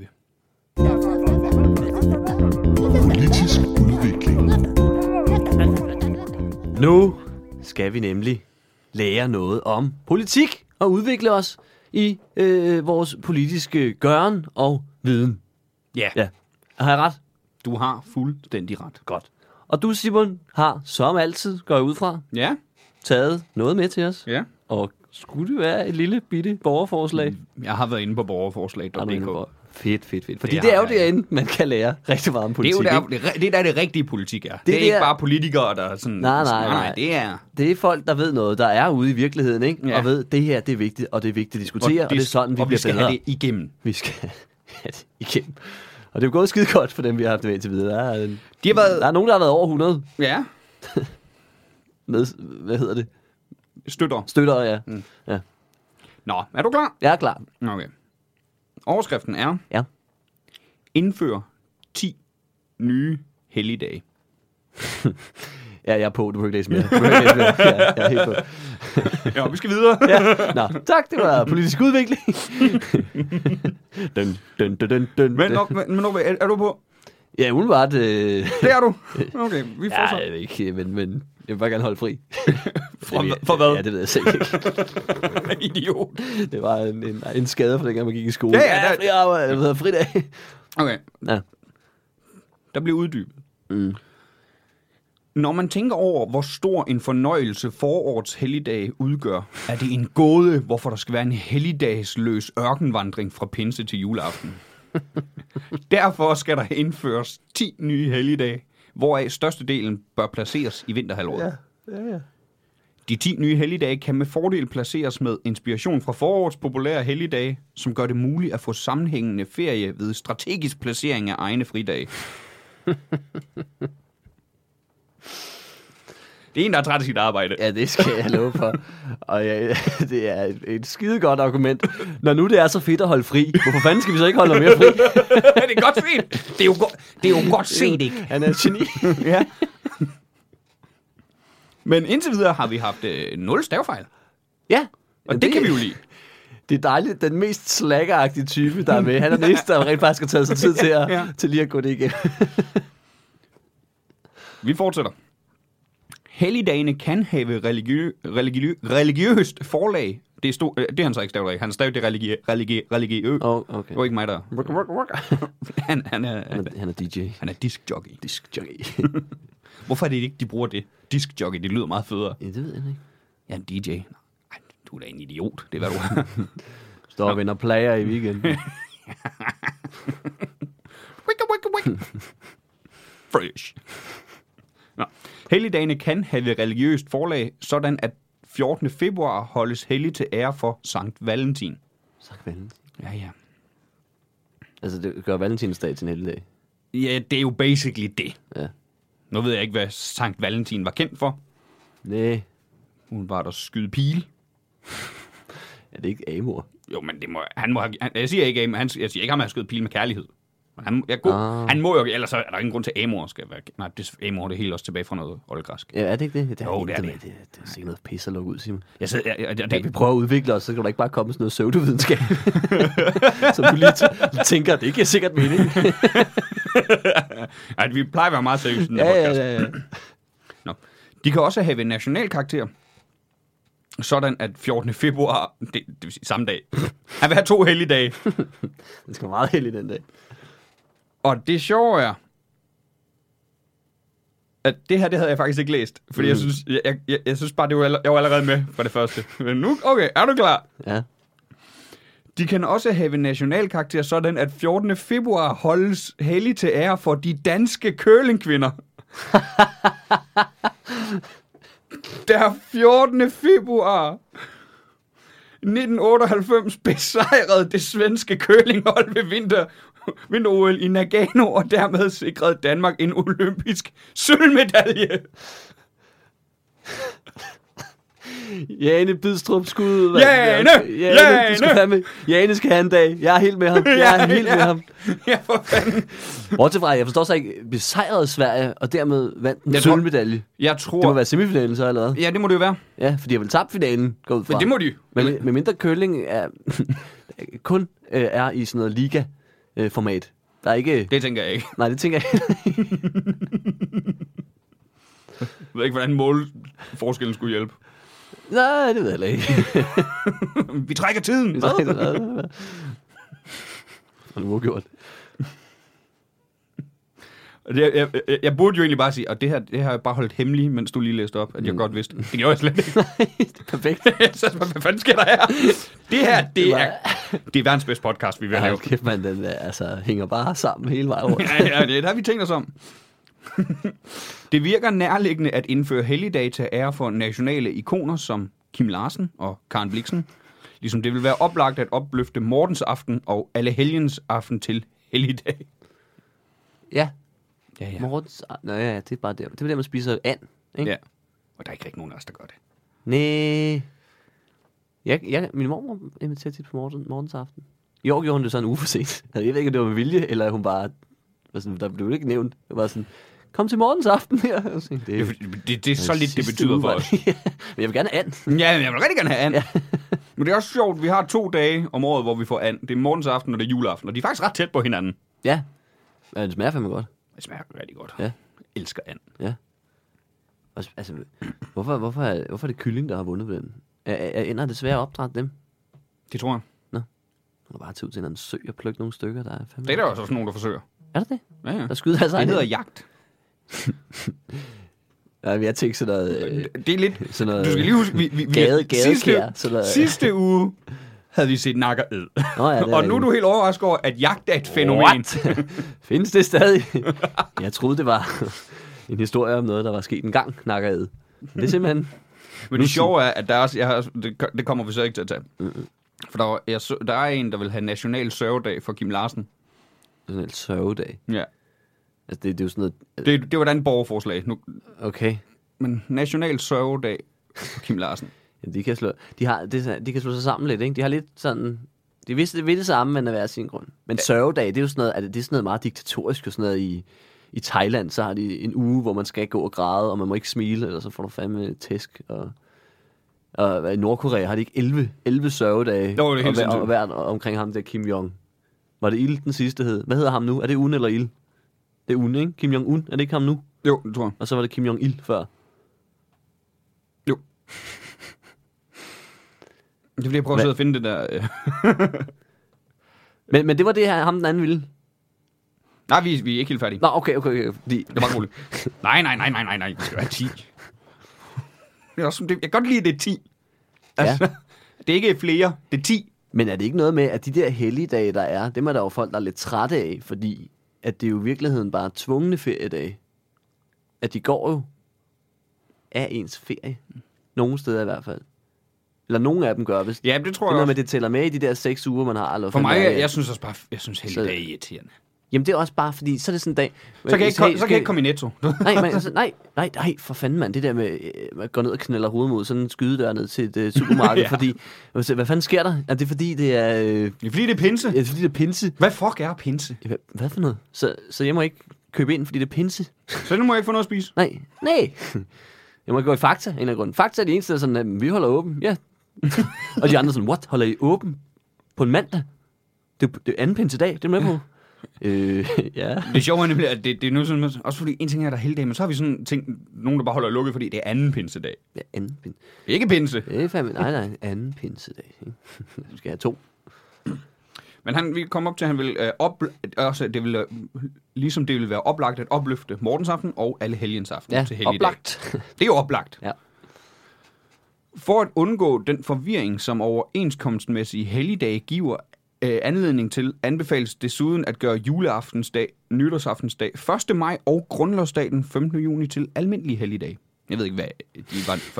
Politisk udvikling. Nu skal vi nemlig lære noget om politik og udvikle os i øh, vores politiske gøren og viden. Ja, Ja. Har jeg ret? du har fuldstændig ret. Godt. Og du, Simon, har som altid, går jeg ud fra, Ja, taget noget med til os. ja. Og skulle det være et lille bitte borgerforslag? Jeg har været inde på borgerforslag Har du inde punktum d k. på? Fedt, fedt, fedt. Fordi Det det, har er jo jeg. derinde, man kan lære rigtig meget om Det er politik. jo der, ikke? det, er- det er der, det rigtige politik er. Det, det er der- ikke bare politikere, der er sådan... Nej, nej, nej. det er... Det er folk, der ved noget, der er ude i virkeligheden, ikke? Ja. Og ved, det her det er vigtigt, og det er vigtigt at diskutere, og, og det er sådan, vi og bliver vi skal bedre. have det igennem. Vi skal have det igennem. Og det er jo gået skide godt for dem, vi har haft med til videre. Der er, en, De har været... der er nogen, der har været over hundrede Ja, med, hvad hedder det? støtter. Støtter, ja. Mm. ja. Nå, er du klar? Jeg er klar. Okay. Overskriften er... Ja. Indfør ti nye helligdage. Ja, jeg er på. Du må ikke læse mere. Du må ikke læse mere. Ja, jeg er helt på. Ja, vi skal videre. Ja. Nå, tak. Det var politisk udvikling. dun, dun, dun, dun, dun. Men, nok, men, men nok, er, er du på? Ja, umiddelbart. Øh... Det er du. Okay, vi får Ja, så. jeg ved ikke, men, men jeg vil bare gerne holde fri. For, Det ved- for hvad? Ja, det ved jeg selv ikke. Idiot. Det var en, en, en skade for dengang, man gik i skole. Ja, ja, der- fri arbejde, det hedder fridag. Okay, Ja. der bliver uddybet. Mm. Når man tænker over, hvor stor en fornøjelse forårets helligdag udgør, er det en gåde, hvorfor der skal være en helligdagsløs ørkenvandring fra pinse til juleaften. Derfor skal der indføres ti nye helligdage, hvoraf størstedelen bør placeres i vinterhalvåret. Ja, ja, ja. De ti nye helligdage kan med fordel placeres med inspiration fra forårets populære helligdage, som gør det muligt at få sammenhængende ferie ved strategisk placering af egne fridage. Det er en, der er træt af sit arbejde. Ja, det skal jeg love for. Og ja, det er et, et skide godt argument. Når nu det er så fedt at holde fri, hvorfor fanden skal vi så ikke holde noget mere fri? Det er godt set. Det er jo, go- det er jo godt set, ikke? Han er et geni. Ja. Men indtil videre har vi haft øh, nul stavefejl. Ja. Og det, det kan vi jo lide. Det er dejligt. Den mest slaggeragtige type, der er med. Han er den eneste, der rent faktisk har taget sig tid til, at, Ja. til lige at gå det igen. Vi fortsætter. Helligdagene kan have religiø- religiø- religiøst forlag. Det er, sto- øh, det er han så ikke stavet af. Han stavet det religiø- religiø- religiø. Oh, okay. Det var ikke mig, der... Work, work, work. Han, han, er, Han er, han er D J. han er diskjockey. Disk jockey. Hvorfor er det ikke, de bruger det? Diskjockey, det lyder meget federe. Ja, det ved jeg ikke. Jeg er en D J. Nej, du er da en idiot. Det er, hvad du er. Står og vinder player i weekenden. Wicka, wicka, wicka. Fresh. Nå. Helligdagene kan have religiøst forlag, sådan at fjortende februar holdes hellig til ære for Sankt Valentin. Sankt Valentin. Ja, ja. Altså, det gør valentinsdag til en helligdag. Ja, det er jo basically det. Ja. Nu ved jeg ikke, hvad Sankt Valentin var kendt for. Nej. Hun var der skyde pile. Er det ikke Amor? Jo, men det må, han må have, han, jeg siger ikke, han, jeg siger ikke, at han har skudt pile med kærlighed. Men han, jeg, god, Ah. han må jo, ellers er der ingen grund til, at Amor skal være... Nej, det, Amor det er helt også tilbage fra noget oldgræsk. Ja, er det ikke det? Det er, Jo, det er det. det. Det, det er sikkert noget pis at lukke ud, Simon. Jeg sidder, jeg, jeg, jeg, Da vi det, prøver at udvikle os, så kan du ikke bare komme med sådan noget pseudovidenskab. Som du lige t- tænker, det giver sikkert mening. Ej, vi plejer at være meget seriøse i den her ja, podcast. ja, ja, ja. Nå. De kan også have en national karakter. Sådan at fjortende februar, det, det vil sige samme dag, han vil have to helligdage. Det skal være meget heldig den dag. Og det sjove er, at det her, det havde jeg faktisk ikke læst. Fordi mm. jeg, synes, jeg, jeg, jeg, jeg synes bare, det var, aller- jeg var allerede med for det første. Men nu, okay, er du klar? Ja. De kan også have en national karakter, sådan at fjortende februar holdes hellig til ære for de danske curlingkvinder. Der fjortende februar nitten otteoghalvfems besejrede det svenske curlinghold ved vinter, vinter-O L i Nagano, og dermed sikrede Danmark en olympisk sølvmedalje. Jane Bidstrup skud. mand. Jane! Jane! Jane! Du skal fandme. Jane skal have en dag. Jeg er helt med ham. Jeg er helt med ham. Ja, for fanden. Bortset fra, jeg forstår så ikke, besejrede Sverige, og dermed vandt en Jeg tror- sølvmedalje. Jeg tror... Det må være semifinalen så allerede. Ja, det må det jo være. Ja, fordi jeg vil tabe finalen, gå ud fra. Men det må de. Men med mindre curling er, kun øh, er i sådan noget liga-format. Der er ikke... Det tænker jeg ikke. Nej, det tænker jeg ikke. Jeg ved ikke, hvordan målforskellen skulle hjælpe. Nej, det ved jeg heller ikke. Vi trækker tiden. Og nu gjort. Og det, jeg, jeg, jeg burde jo egentlig bare sige, og det her, det har jeg bare holdt hemmeligt, mens du lige læste op, at jeg Mm. godt vidste. Det gjorde jeg slet ikke. Det er perfekt. Så hvad fanden sker der her? Det her, det, Det var- er, det er verdens bedste podcast, vi vil have. Hold kæft, man, den der, altså, hænger bare sammen hele vejen rundt. Ja, ja, det har vi tænkt os om. Det virker nærliggende at indføre helligdage til ære for nationale ikoner som Kim Larsen og Karen Blixen. Ligesom det vil være oplagt at opløfte Mortens aften og alle helgens aften til helligdag. Ja. Ja, ja. Mortens... Nå ja, det er bare der. Det er der, man spiser and, ikke? Ja. Og der er ikke rigtig nogen af os, der gør det. Næh. Jeg, jeg, min mormor inviterer tit på morgen, morgens aften. I år gjorde hun det så en uge for sent. Jeg ved ikke, om det var med vilje, eller hun bare... var sådan, der blev ikke nævnt. Det var sådan, kom til morgens aften her. Jeg tænkte, Det, det, det, det, det er så lidt, det sidste betyder uge for var os. det. Ja, men jeg vil gerne have and. Ja, men jeg vil rigtig gerne have and. Ja. Men det er også sjovt, vi har to dage om året, hvor vi får and. Det er morgens aften, og det er juleaften, og de er faktisk ret tæt på hinanden. Ja, men det smager fandme godt. Det smager rigtig godt. Ja. Jeg elsker and. Ja. Og, altså, hvorfor, hvorfor, er, hvorfor er det kylling, der har vundet ved den? Er, er, ender det svært at opdrætte dem? Det tror jeg. Du kan bare tage ud til en anden sø og plukke nogle stykker, der er fandme... Det er der også nogen, der forsøger. Er det det? Ja, ja. Der skyder altså Det hedder en- jagt. Ja, jeg tænkte sådan noget... Øh, Det er lidt... sådan noget Du skal lige huske, vi, vi, vi Gade- gadekær, sidste, sådan noget. sidste uge havde vi set nakker ed. Nå, ja, det er Og nu er du helt overrasket over, at jagt er et fænomen. What? Findes det stadig? Jeg troede, det var en historie om noget, der var sket en gang, nakker ad. Det er simpelthen... Men det sjove er, at der er også, jeg har, det, det kommer vi så ikke til at tage. Mm-hmm. For der, var, jeg, så, der er en, der vil have national sørgedag for Kim Larsen. Sådan en sørgedag. Ja. Altså, det, det er jo sådan noget... Det, det var da en borgerforslag. Nu, Okay. men national sørgedag for Kim Larsen. Ja, de kan slå, de har, det, er sådan- de kan slå sig sammen lidt, ikke? De har lidt sådan... De vidste det, ved det samme, men af hver sin grund. Men sørgedag, det er jo sådan noget, altså, det er sådan noget meget diktatorisk, og sådan noget i... I Thailand, så har de en uge, hvor man skal gå og græde, og man må ikke smile, eller så får du fandme tæsk. Og, og i Nordkorea har de ikke elleve, elleve sørgedage Jo, det er helt og, hver- sindssygt. og, hver, omkring ham der Kim Jong. Var det Il, den sidste hed? Hvad hedder ham nu? Er det Un eller Il? Det er Un, ikke? Kim Jong-un, er det ikke ham nu? Jo, det tror jeg. Og så var det Kim Jong-il før. Jo. Det er fordi, jeg prøver at sidde og finde det der... Øh. Men, men det var det her, ham den anden ville. Nej, vi, vi er ikke helt færdige. Nå, okay, okay, okay. Fordi, Det var roligt. Nej, nej, nej, nej, nej, nej. Vi skal have ti. Det er også, det, jeg kan godt lide, at det er ti. Altså, det er ikke flere, det er ti. men er det ikke noget med, at de der helligdage, der er, dem er der jo folk, der er lidt trætte af, fordi at det er jo i virkeligheden bare tvungne feriedage. At de går jo af ens ferie. Nogle steder i hvert fald. Eller nogle af dem gør, hvis Ja, det tror det er jeg noget også. med, det tæller med i de der seks uger, man har. Eller For fem mig, dage. jeg, jeg synes også bare, jeg synes Så- helligdag er irriterende. Jamen, det er også bare, fordi så er det sådan en dag... Så kan jeg ikke, kom, så kan jeg ikke komme i Netto. Nej, men, altså, nej, nej, nej, for fanden, mand. Det der med, øh, at gå ned og knælder hovedet mod sådan en skydedør ned til et uh, supermarked, Ja. ja. fordi... Hvad, hvad fanden sker der? Er det fordi, det er... Øh, Det er fordi, det er pinse. er det fordi, det er pinse? Hvad fuck er pinse? Hvad, hvad for noget? Så, så jeg må ikke købe ind, fordi det er pinse? Så nu må jeg ikke få noget at spise. Nej, nej. Jeg må gå i Fakta, en af grunden. Fakta er de eneste, der er sådan, at vi holder åben. Ja. Og de andre sådan, what? Holder I åben på en mandag? Det er, det er anden pinsedag, det er du med på. øh, ja. Det sjove er nemlig, at det, det er nu sådan, også fordi en ting er, der er helligdag, men så har vi sådan ting, nogen, der bare holder lukket, fordi det er anden pinsedag. Ja, anden pinse. Det er ikke pinse. Det er fandme, nej, nej, anden pinsedag. Ikke? Du skal have to. Men han vil komme op til, at han vil øh, op, også, det vil, øh, ligesom det vil være oplagt at opløfte Mortensaften og alle helgensaften Ja, til helligdag. oplagt. Det er jo oplagt. Ja. For at undgå den forvirring, som overenskomstmæssige helligdage giver øh, anledning til, anbefales desuden at gøre juleaftensdag, nytårsaftensdag, første maj og grundlovsdag den femtende juni til almindelig helligdag. Jeg ved ikke, hvad de var før.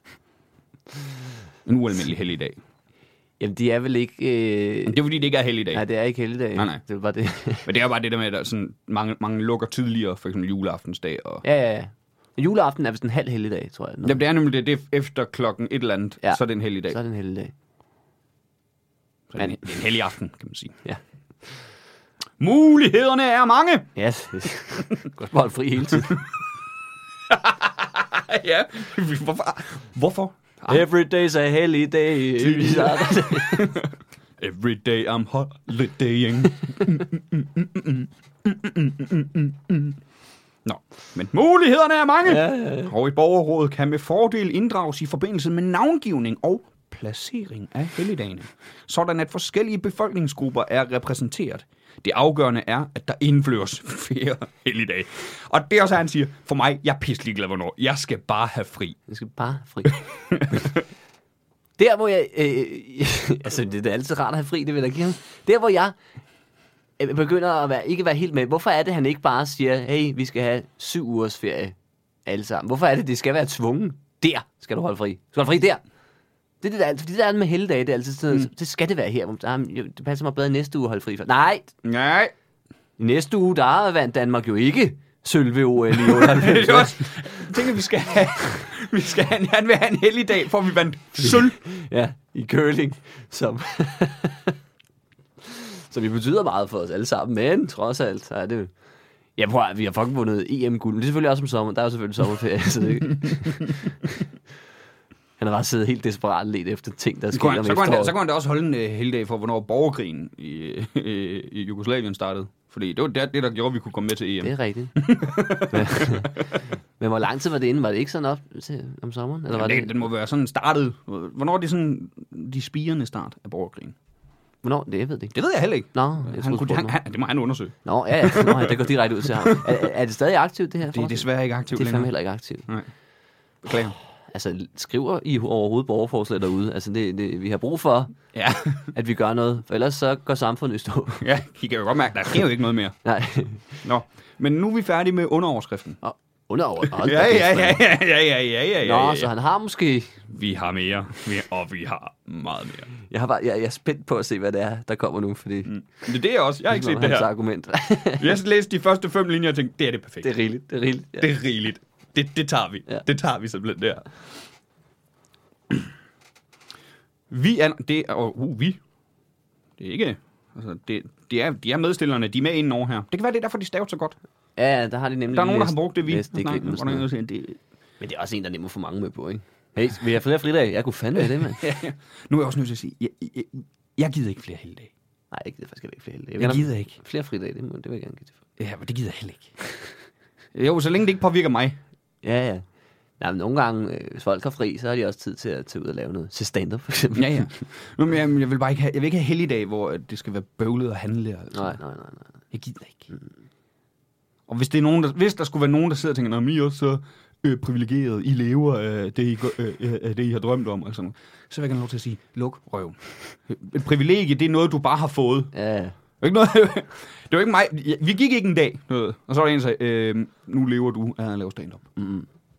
En ualmindelig helligdag. Jamen, de er vel ikke... Øh... Det er fordi, det ikke er helligdag. Nej, det er ikke helligdag. Nej, nej. Det er bare det. Men det er bare det der med, at der sådan, mange, mange lukker tidligere, for eksempel juleaftensdag. Og... ja, ja, ja. Juleaften er vist en halv helligdag, tror jeg. Jamen, det er nemlig det, det er efter klokken et eller andet, Ja. så er det en helligdag. Så er det en helligdag. Så er det en, det er en hellig aften, kan man sige. Ja. Mulighederne er mange! Ja, godt bare holde fri hele tiden. Ja, hvorfor? Hvorfor? Every day's a holiday. Every day I'm holidaying. Nå, men mulighederne er mange. Ja, ja, ja. Og et borgerråd kan med fordel inddrages i forbindelse med navngivning og placering af helligdagene, sådan at forskellige befolkningsgrupper er repræsenteret. Det afgørende er, at der indføres flere helligdage. Og det er også, han siger, for mig, jeg er pisselig glad, hvornår. Jeg skal bare have fri. Jeg skal bare have fri. Der, hvor jeg... Øh, altså, det er altid rart at have fri, det vil jeg give ham. Der, hvor jeg øh, begynder at være, ikke være helt med. Hvorfor er det, han ikke bare siger, hey, vi skal have syv ugers ferie alle sammen? Hvorfor er det, det skal være tvungen? Der skal du holde fri. Du skal holde fri der. Det er det, der, fordi det der med helligdage, det er altid sådan, mm. det skal det være her. Det passer mig bedre næste uge at holde fri for. Nej, Nej. i næste uge, der vandt Danmark jo ikke sølve O L i Det er otteoghalvfems. også, jeg tænker, vi skal have, vi skal have, han vil have en hellig dag, for vi vandt sølv. Ja, i curling, som... så vi betyder meget for os alle sammen, men trods alt, så er det... Ja, prøv at, vi har fucking vundet E M-guld, men det er selvfølgelig også om sommer. Der er jo selvfølgelig sommerferie, så det... Han har bare siddet helt desperat let efter ting, der Så sker kunne, om han, så, kunne han, efteråret. så kunne han da også holde en uh, helligdag for, hvornår borgerkrigen i, uh, i Jugoslavien startede. Fordi det var det, det, der gjorde, at vi kunne komme med til E M. Det er rigtigt. men, men hvor lang tid var det inden? Var det ikke sådan op til, om sommeren? Eller var Jamen, det, det, den må være sådan startet. Hvornår er det sådan de spirende start af borgerkrigen? Hvornår? Det, jeg ved det ikke. Det ved jeg heller ikke. Nå, jeg Han troede, kunne, du han, spurgte han, det må han undersøge. Nå, ja, ja. Nå, ja, det går direkte ud til ham. Er, er det stadig aktivt, det her? Det er desværre ikke aktivt Det er fandme længere. heller ikke aktivt. Nej. Beklager. Altså, skriver I overhovedet borgerforslag derude? Altså, det, det, vi har brug for, Ja. at vi gør noget, for ellers så går samfundet i stå. Ja, I kan jo godt mærke, der sker jo ikke noget mere. Nej. Nå, men nu er vi færdige med underoverskriften. Og underover. Hold da Ja, kæft, ja, mand. ja, ja, ja, ja, ja, ja, Nå, ja. så han har måske... Vi har mere, mere, og vi har meget mere. Jeg, har bare, jeg, jeg er spændt på at se, hvad det er, der kommer nu, fordi... Mm. Det er det også. Jeg har ikke set det hans her. argument. Jeg har læst de første fem linjer og tænkt, det er det perfekt. det er rigeligt, det er rigeligt. Ja. Det er rigeligt. Det, det tager vi. Ja. Det tager vi simpelthen der. Vi er... Det er uh, vi. Det er ikke... Altså, det, det er, de er medstillerne. De er med inden over her. Det kan være, det er derfor, de staver så godt. Ja, der har de nemlig... Der er nogen, der læst- har brugt det, vi. læst det, Nej, grint og sådan hvordan noget. jeg siger, det. Men det er også en, der er nem at få mange med på, ikke? Hey, vi har flere fridage. Jeg kunne fandme af det, mand. Ja, ja. Nu er jeg også nødt til at sige, jeg, jeg, jeg gider ikke flere helligdage. Nej, ikke det er faktisk ikke flere heldige. Jeg vil gider gerne- ikke. Flere fridage, det, må, det vil jeg gerne give til for. Ja, men det gider jeg heller ikke. Jo, så længe det ikke påvirker mig. Ja, ja. Nej, men nogle gange, øh, hvis folk har fri, så har de også tid til at tage ud og lave noget. Til stand-up, for eksempel. Ja, ja. Nå, men jeg, jeg vil bare ikke have, jeg vil ikke have helligdag, hvor at det skal være bøvlet og handle. Altså. Nej, nej, nej, nej. Jeg gider ikke. Mm. Og hvis, det er nogen, der, hvis der skulle være nogen, der sidder og tænker, at I er også så øh, privilegeret, I lever af det, I, går- øh, af det, I har drømt om, og sådan noget, så vil jeg gerne have lov til at sige, luk røven. Et privilegie, det er noget, du bare har fået. Ja, Det er ikke noget, det var ikke mig. Vi gik ikke en dag, noget. Og så var der en, der sagde, øh, nu lever du af at lave stand-up. mm.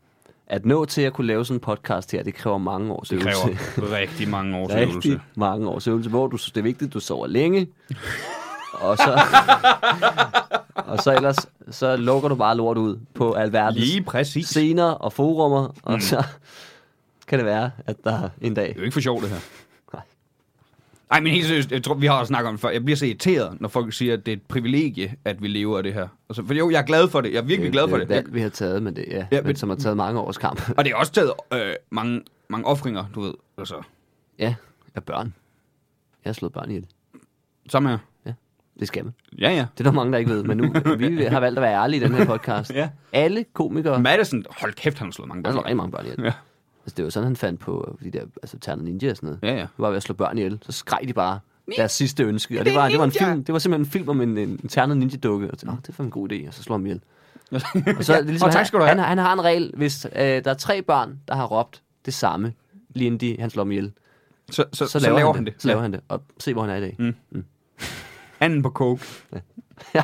at nå til at kunne lave sådan en podcast her, det kræver mange års Det øvelse. kræver rigtig mange års Rigtig øvelse. mange års øvelse, hvor du, det er vigtigt, at du sover længe. og så... og så ellers, så lukker du bare lort ud på alverdens Lige præcis. scener og forummer, og mm. så kan det være, at der en dag... Det er jo ikke for sjovt, det her. Nej. Nej, men helt seriøst, jeg tror, vi har også snakket om det før. Jeg bliver så irriteret, når folk siger, at det er et privilegie, at vi lever af det her. Altså, for jo, jeg er glad for det. Jeg er virkelig det, glad for det. det. Det er valg, vi har taget med det, ja. Ja, ja men- men, som har taget mange års kamp. Og det er også taget øh, mange, mange offringer, du ved. Altså, ja, af børn. Jeg har slået børn ihjel. sammen her. Det skal man. Ja, ja. Det er der mange, der ikke ved, men nu vi har valgt at være ærlige i den her podcast. Ja. Alle komikere... Madison, hold kæft, han har slået mange Han børn. slår rigtig mange børn ihjel. Ja. Altså, det var sådan, han fandt på de der altså, Ternet Ninja og sådan noget. Ja, ja. Det var ved at slå børn ihjel. Så skreg de bare deres sidste ønske. Og det var, det var, en film, det var simpelthen en film om en, en Ternet Ninja-dukke. Og jeg tænkte, åh, det var en god idé. Og så slår han ihjel. Og så er det ligesom, Og tak skal du han, have. han, han har en regel, hvis øh, der er tre børn, der har råbt det samme, lige inden de, han slår dem ihjel, Så, så, så, laver, han, det. Så laver Ja. han det. Og se, hvor han er i dag. Mm. Anden på coke. Ja.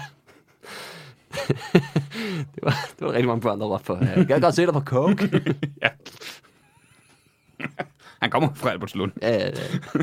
det, var, det var rigtig mange børn, der råbte for. Jeg kan godt se dig på coke. Han kommer fra Albertslund. ja, ja, ja.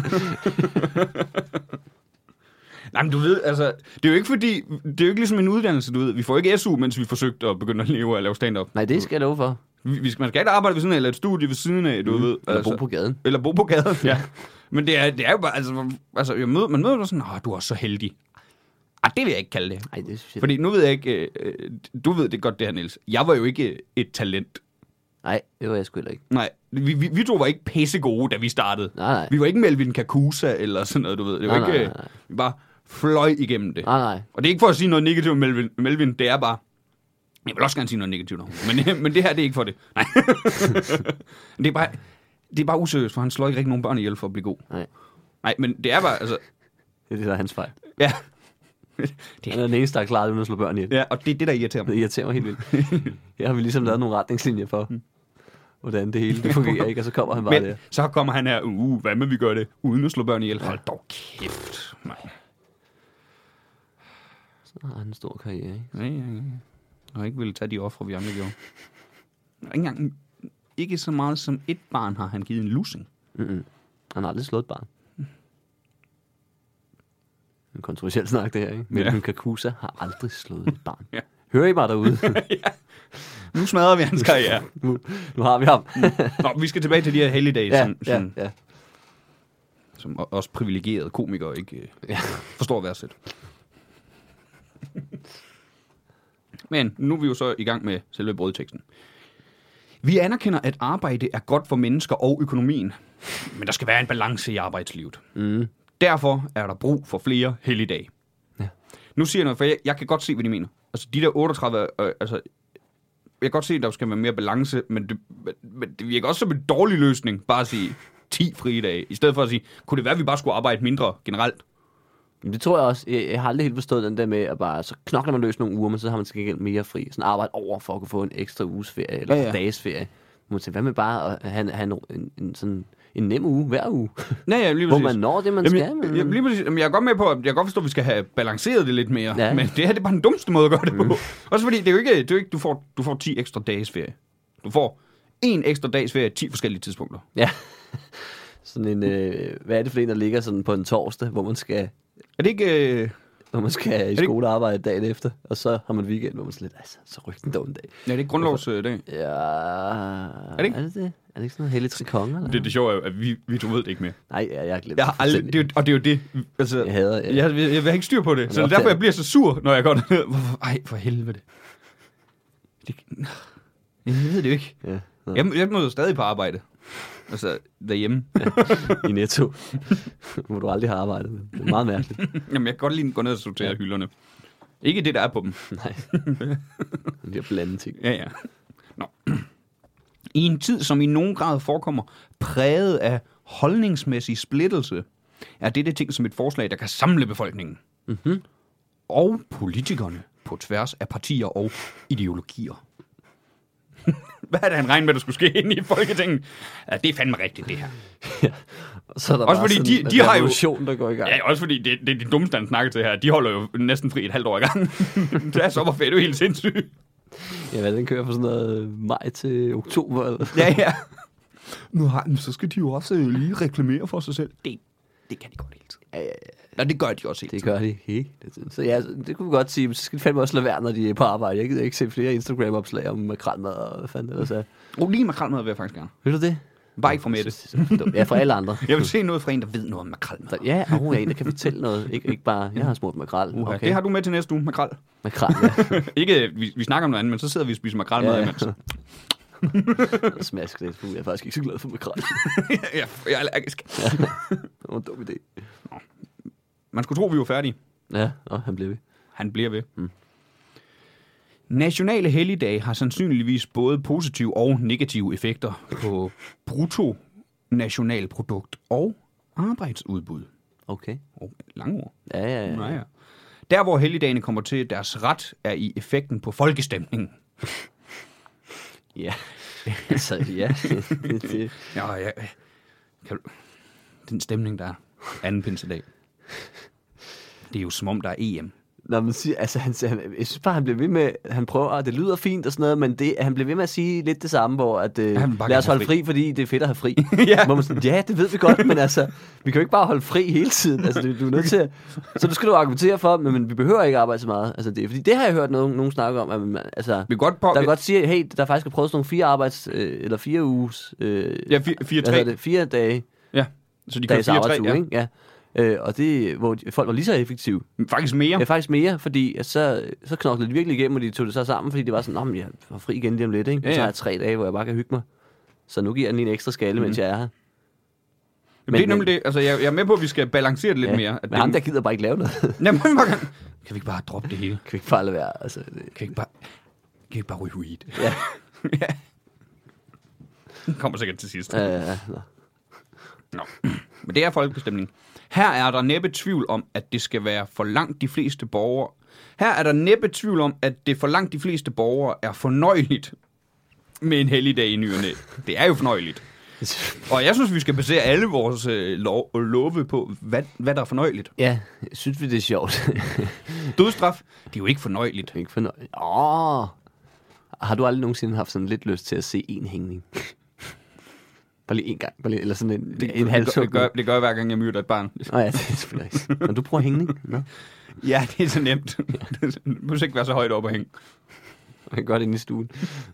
Nej, men du ved, altså, det er jo ikke fordi, det er jo ikke ligesom en uddannelse, du ved. Vi får ikke S U, mens vi forsøgte at begynde at leve og lave stand-up. Nej, det skal jeg love for. Vi, vi skal, man skal ikke arbejde ved siden af, eller et studie ved siden af, du mm. ved. Eller bo på gaden. Eller bo på gaden, ja. Men det er, det er jo bare, altså, altså jeg møder, man møder dig sådan, åh, du er også så heldig. Ah, det vil jeg ikke kalde det. Nej, det synes jeg. Fordi nu ved jeg ikke, øh, du ved det godt det her, Niels. Jeg var jo ikke et talent. Nej, det var jeg sgu heller ikke. Nej, vi, vi, vi to var ikke pisse gode, da vi startede. Nej, nej. Vi var ikke Melvin Kakusa eller sådan noget, du ved. Det var Nej, ikke, nej, nej. vi bare fløj igennem det. Nej, nej. Og det er ikke for at sige noget negativt om Melvin. Melvin, det er bare... Jeg vil også gerne sige noget negativt om ham. Men, men det her, det er ikke for det. Nej. det, er bare, det er bare useriøst, for han slår ikke rigtig nogen børn ihjel for at blive god. Nej. Nej, men det er bare... Altså, Det er det, der er hans fejl. ja. Han er den eneste, der er klaret uden at slå børn ihjel. ja, og det er det, der irriterer mig. Det irriterer mig helt vildt. Her har vi ligesom lavet nogle retningslinjer for, hvordan det hele det fungerer, ikke? Og så kommer han bare Men der. så kommer han her, uh, hvad med vi gør det, uden at slå børn ihjel? Hold dog kæft. Nej. Så har han en stor karriere, ikke? Ja, ja, ja. Og ikke ville tage de ofre, vi andre gjorde. Ikke engang, ikke så meget som et barn har han givet en lussing. Mm-mm. Han har aldrig slået et barn. En kontroversiel snak, det her, ikke? Men Ja. ja. Kakusa har aldrig slået et barn. Ja. Hører I mig derude? Nu smadrer vi hans karriere. nu, nu har vi ham. Nå, vi skal tilbage til de her helligdage, ja, som, ja, som, ja. som også privilegerede komikere ikke øh, Ja. forstår at værdsætte. Men nu er vi jo så i gang med selve brødteksten. Vi anerkender, at arbejde er godt for mennesker og økonomien, men der skal være en balance i arbejdslivet. Mm. Derfor er der brug for flere helligdage. Ja. Nu siger jeg noget, for jeg, jeg kan godt se, hvad de mener. Altså de der otteogtredive, øh, altså jeg kan godt se, at der skal være mere balance, men det, men det virker også som en dårlig løsning, bare at sige ti fridage, i stedet for at sige, kunne det være, at vi bare skulle arbejde mindre generelt? Men det tror jeg også. Jeg, jeg har aldrig helt forstået den der med, at bare så knokler man løs nogle uger, men så har man til gengæld mere fri. Sådan arbejde over for at kunne få en ekstra uges ferie, eller Ja, ja, ja. ja. dages ferie. Man tænker, hvad med bare at have, have en, en, en, sådan en nem uge hver uge, Ja, ja, lige hvor præcis. man når det, man Jamen, skal. Men... jeg, lige præcis. Jamen, jeg er godt med på, at jeg kan godt forstå, at vi skal have balanceret det lidt mere. Ja. Men det her det er bare den dummeste måde at gøre det på. Mm. Også fordi, det er jo ikke, det er jo ikke du, får, du får ti ekstra dages ferie. Du får en ekstra dags ferie ti forskellige tidspunkter. Ja. Sådan en, øh, hvad er det for en, der ligger sådan på en torsdag, hvor man skal, Er det ikke... Øh... hvor man skal i det- skole og arbejde dagen efter, og så har man weekend, hvor man sådan lidt, altså, så ryk den dog en dag. Ja, det er ikke grundlovsdag. Ja, er det ikke? Er det det? Er det ikke sådan noget helligt trikonger? Eller? Det, det sjove er jo, at vi, vi to ved det ikke mere. Nej, jeg, jeg har glemt Jeg har aldrig, det, er jo- og det er jo det. Altså, Jeg hader, ja. jeg, jeg, jeg, jeg har ikke styr på det. Så det er opdager derfor, jeg det. bliver så sur, når jeg går derned. Hvorfor? Ej, for helvede. Det, jeg ved det jo ikke. Ja, ja. Jeg, jeg møder stadig på arbejde. Altså, derhjemme. I Netto, hvor du aldrig har arbejdet med. Det er meget mærkeligt. Jamen, jeg kan godt lide at gå ned og sortere ja. hylderne. Ikke det, der er på dem. Nej, de her blandede ting. Ja, ja. Nå. I en tid, som i nogen grad forekommer præget af holdningsmæssig splittelse, er dette ting som et forslag, der kan samle befolkningen. Mm-hmm. Og politikerne på tværs af partier og ideologier. Hvad er det, han regnede med, der skulle ske ind i Folketinget? Ja, det er fandme rigtigt, det her. Og så er der Også bare fordi sådan de- en de har jo- revolution, der går i gang. Ja, også fordi det, det er de dummeste, han snakker til her. De holder jo næsten fri et halvt år i gang. Det er sommerferie, det er jo helt sindssygt. Ja, hvad, den kører fra sådan noget maj til oktober. Eller? Ja, ja. Nu har, så skal de jo også lige reklamere for sig selv. Det, det kan de godt hele tiden. Ja, ja, ja. Ja, det gør de også hele Det tiden. gør de hele tiden. Så ja, det kunne vi godt sige, men så skal de fandme også lade være, når de er på arbejde. Jeg gider ikke se flere Instagram-opslag om makrelmad og hvad fanden ellers er. Oh, lige makrelmad vil jeg faktisk gerne. Vil du det? Bare ikke fra Mette. Ja, fra alle andre. Jeg vil se noget fra en, der ved noget om makrelmad. Så, ja, og hun er en, der kan fortælle noget. Ikke, ikke bare, jeg har smurt makrel. Okay. Okay. Det har du med til næste uge, makrel. Makrel, ja. Ikke, vi, vi snakker om noget andet, men så sidder vi og spiser makrelmad Ja. imens. Smask lidt. Jeg er faktisk ikke så glad for makrel. ja, jeg er allergisk. Det var en dum idé. Man skulle tro, vi var færdige. Ja, og han blev ved. Han bliver ved. Mm. Nationale helligdage har sandsynligvis både positive og negative effekter på bruttonationalprodukt og arbejdsudbud. Okay. Oh, lange ord. Ja, ja, ja. Ja, ja. Der, hvor helligdagene kommer til deres ret, er i effekten på folkestemningen. Ja. altså, ja. det, det. Ja, ja. Kan du... Den stemning, der er anden pinsedag. Det er jo som om, der er E M. Når man siger, altså, han, han, jeg synes bare, han bliver ved med, han prøver, og det lyder fint og sådan noget, men det, han bliver ved med at sige lidt det samme, hvor at, øh, Han vil bare lad os gerne holde have fri, fordi det er fedt at have fri. Ja. Hvor man sådan, ja, det ved vi godt, men altså, vi kan jo ikke bare holde fri hele tiden. Altså, du, du er nødt til at, så du skal du argumentere for, men, men vi behøver ikke arbejde så meget. Altså, det, fordi det har jeg hørt nogen, nogen snakke om, at man, altså, Vi kan godt på... der kan godt sige, hey, der faktisk er prøvet sådan nogle fire arbejds, øh, eller fire uges, øh, Ja, fire, fire, hvad tre. hedder det, fire dage, Ja, så de kan dages fire, tre, arbejdsuge, ja. ikke? Ja. Øh, og det, hvor de, folk var lige så effektive. Faktisk mere. Ja, faktisk mere, fordi at så, så knoklede de virkelig igennem, og de tog det så sammen, fordi det var sådan, nå, men jeg var fri igen lige om lidt, ikke? Ja, Og så ja. har jeg tre dage, hvor jeg bare kan hygge mig. Så nu giver jeg den lige en ekstra skalle, mm. mens jeg er her. Men, Men- det er nemlig men- det. Altså, jeg, jeg er med på, at vi skal balancere det lidt Ja. mere. At Men ham, der gider bare ikke lave noget. kan Jamen, vi bare kan... kan vi ikke bare droppe det hele? vi ikke bare lade være? Altså, det... Kan vi ikke bare... Kan vi ikke bare ryge weed? Ja. ja. Det kommer sikkert til sidst. Øh, ja, nå. Nå. Men det er folkestemning. Her er der næppe tvivl om, at det skal være for langt de fleste borgere. Her er der næppe tvivl om, at det for langt de fleste borgere er fornøjeligt med en helligdag i ny og næ. Det er jo fornøjeligt. Og jeg synes, vi skal basere alle vores øh, lov, love på, hvad, hvad der er fornøjeligt. Ja, synes vi, det er sjovt. Dødsstraf, det er jo ikke fornøjeligt. ikke fornøjeligt. Åh! Har du aldrig nogensinde haft sådan lidt lyst til at se en hængning? Bare lige en gang. Bare lige, eller sådan en, Det, en det, halshug. det, gør, det gør hver gang, jeg myrder et barn. Nå ja, det er selvfølgelig ikke. Men du bruger hængning? Nå. Ja, det er så nemt. Det må ikke være så højt op at hænge. Jeg kan gøre det inde i stuen.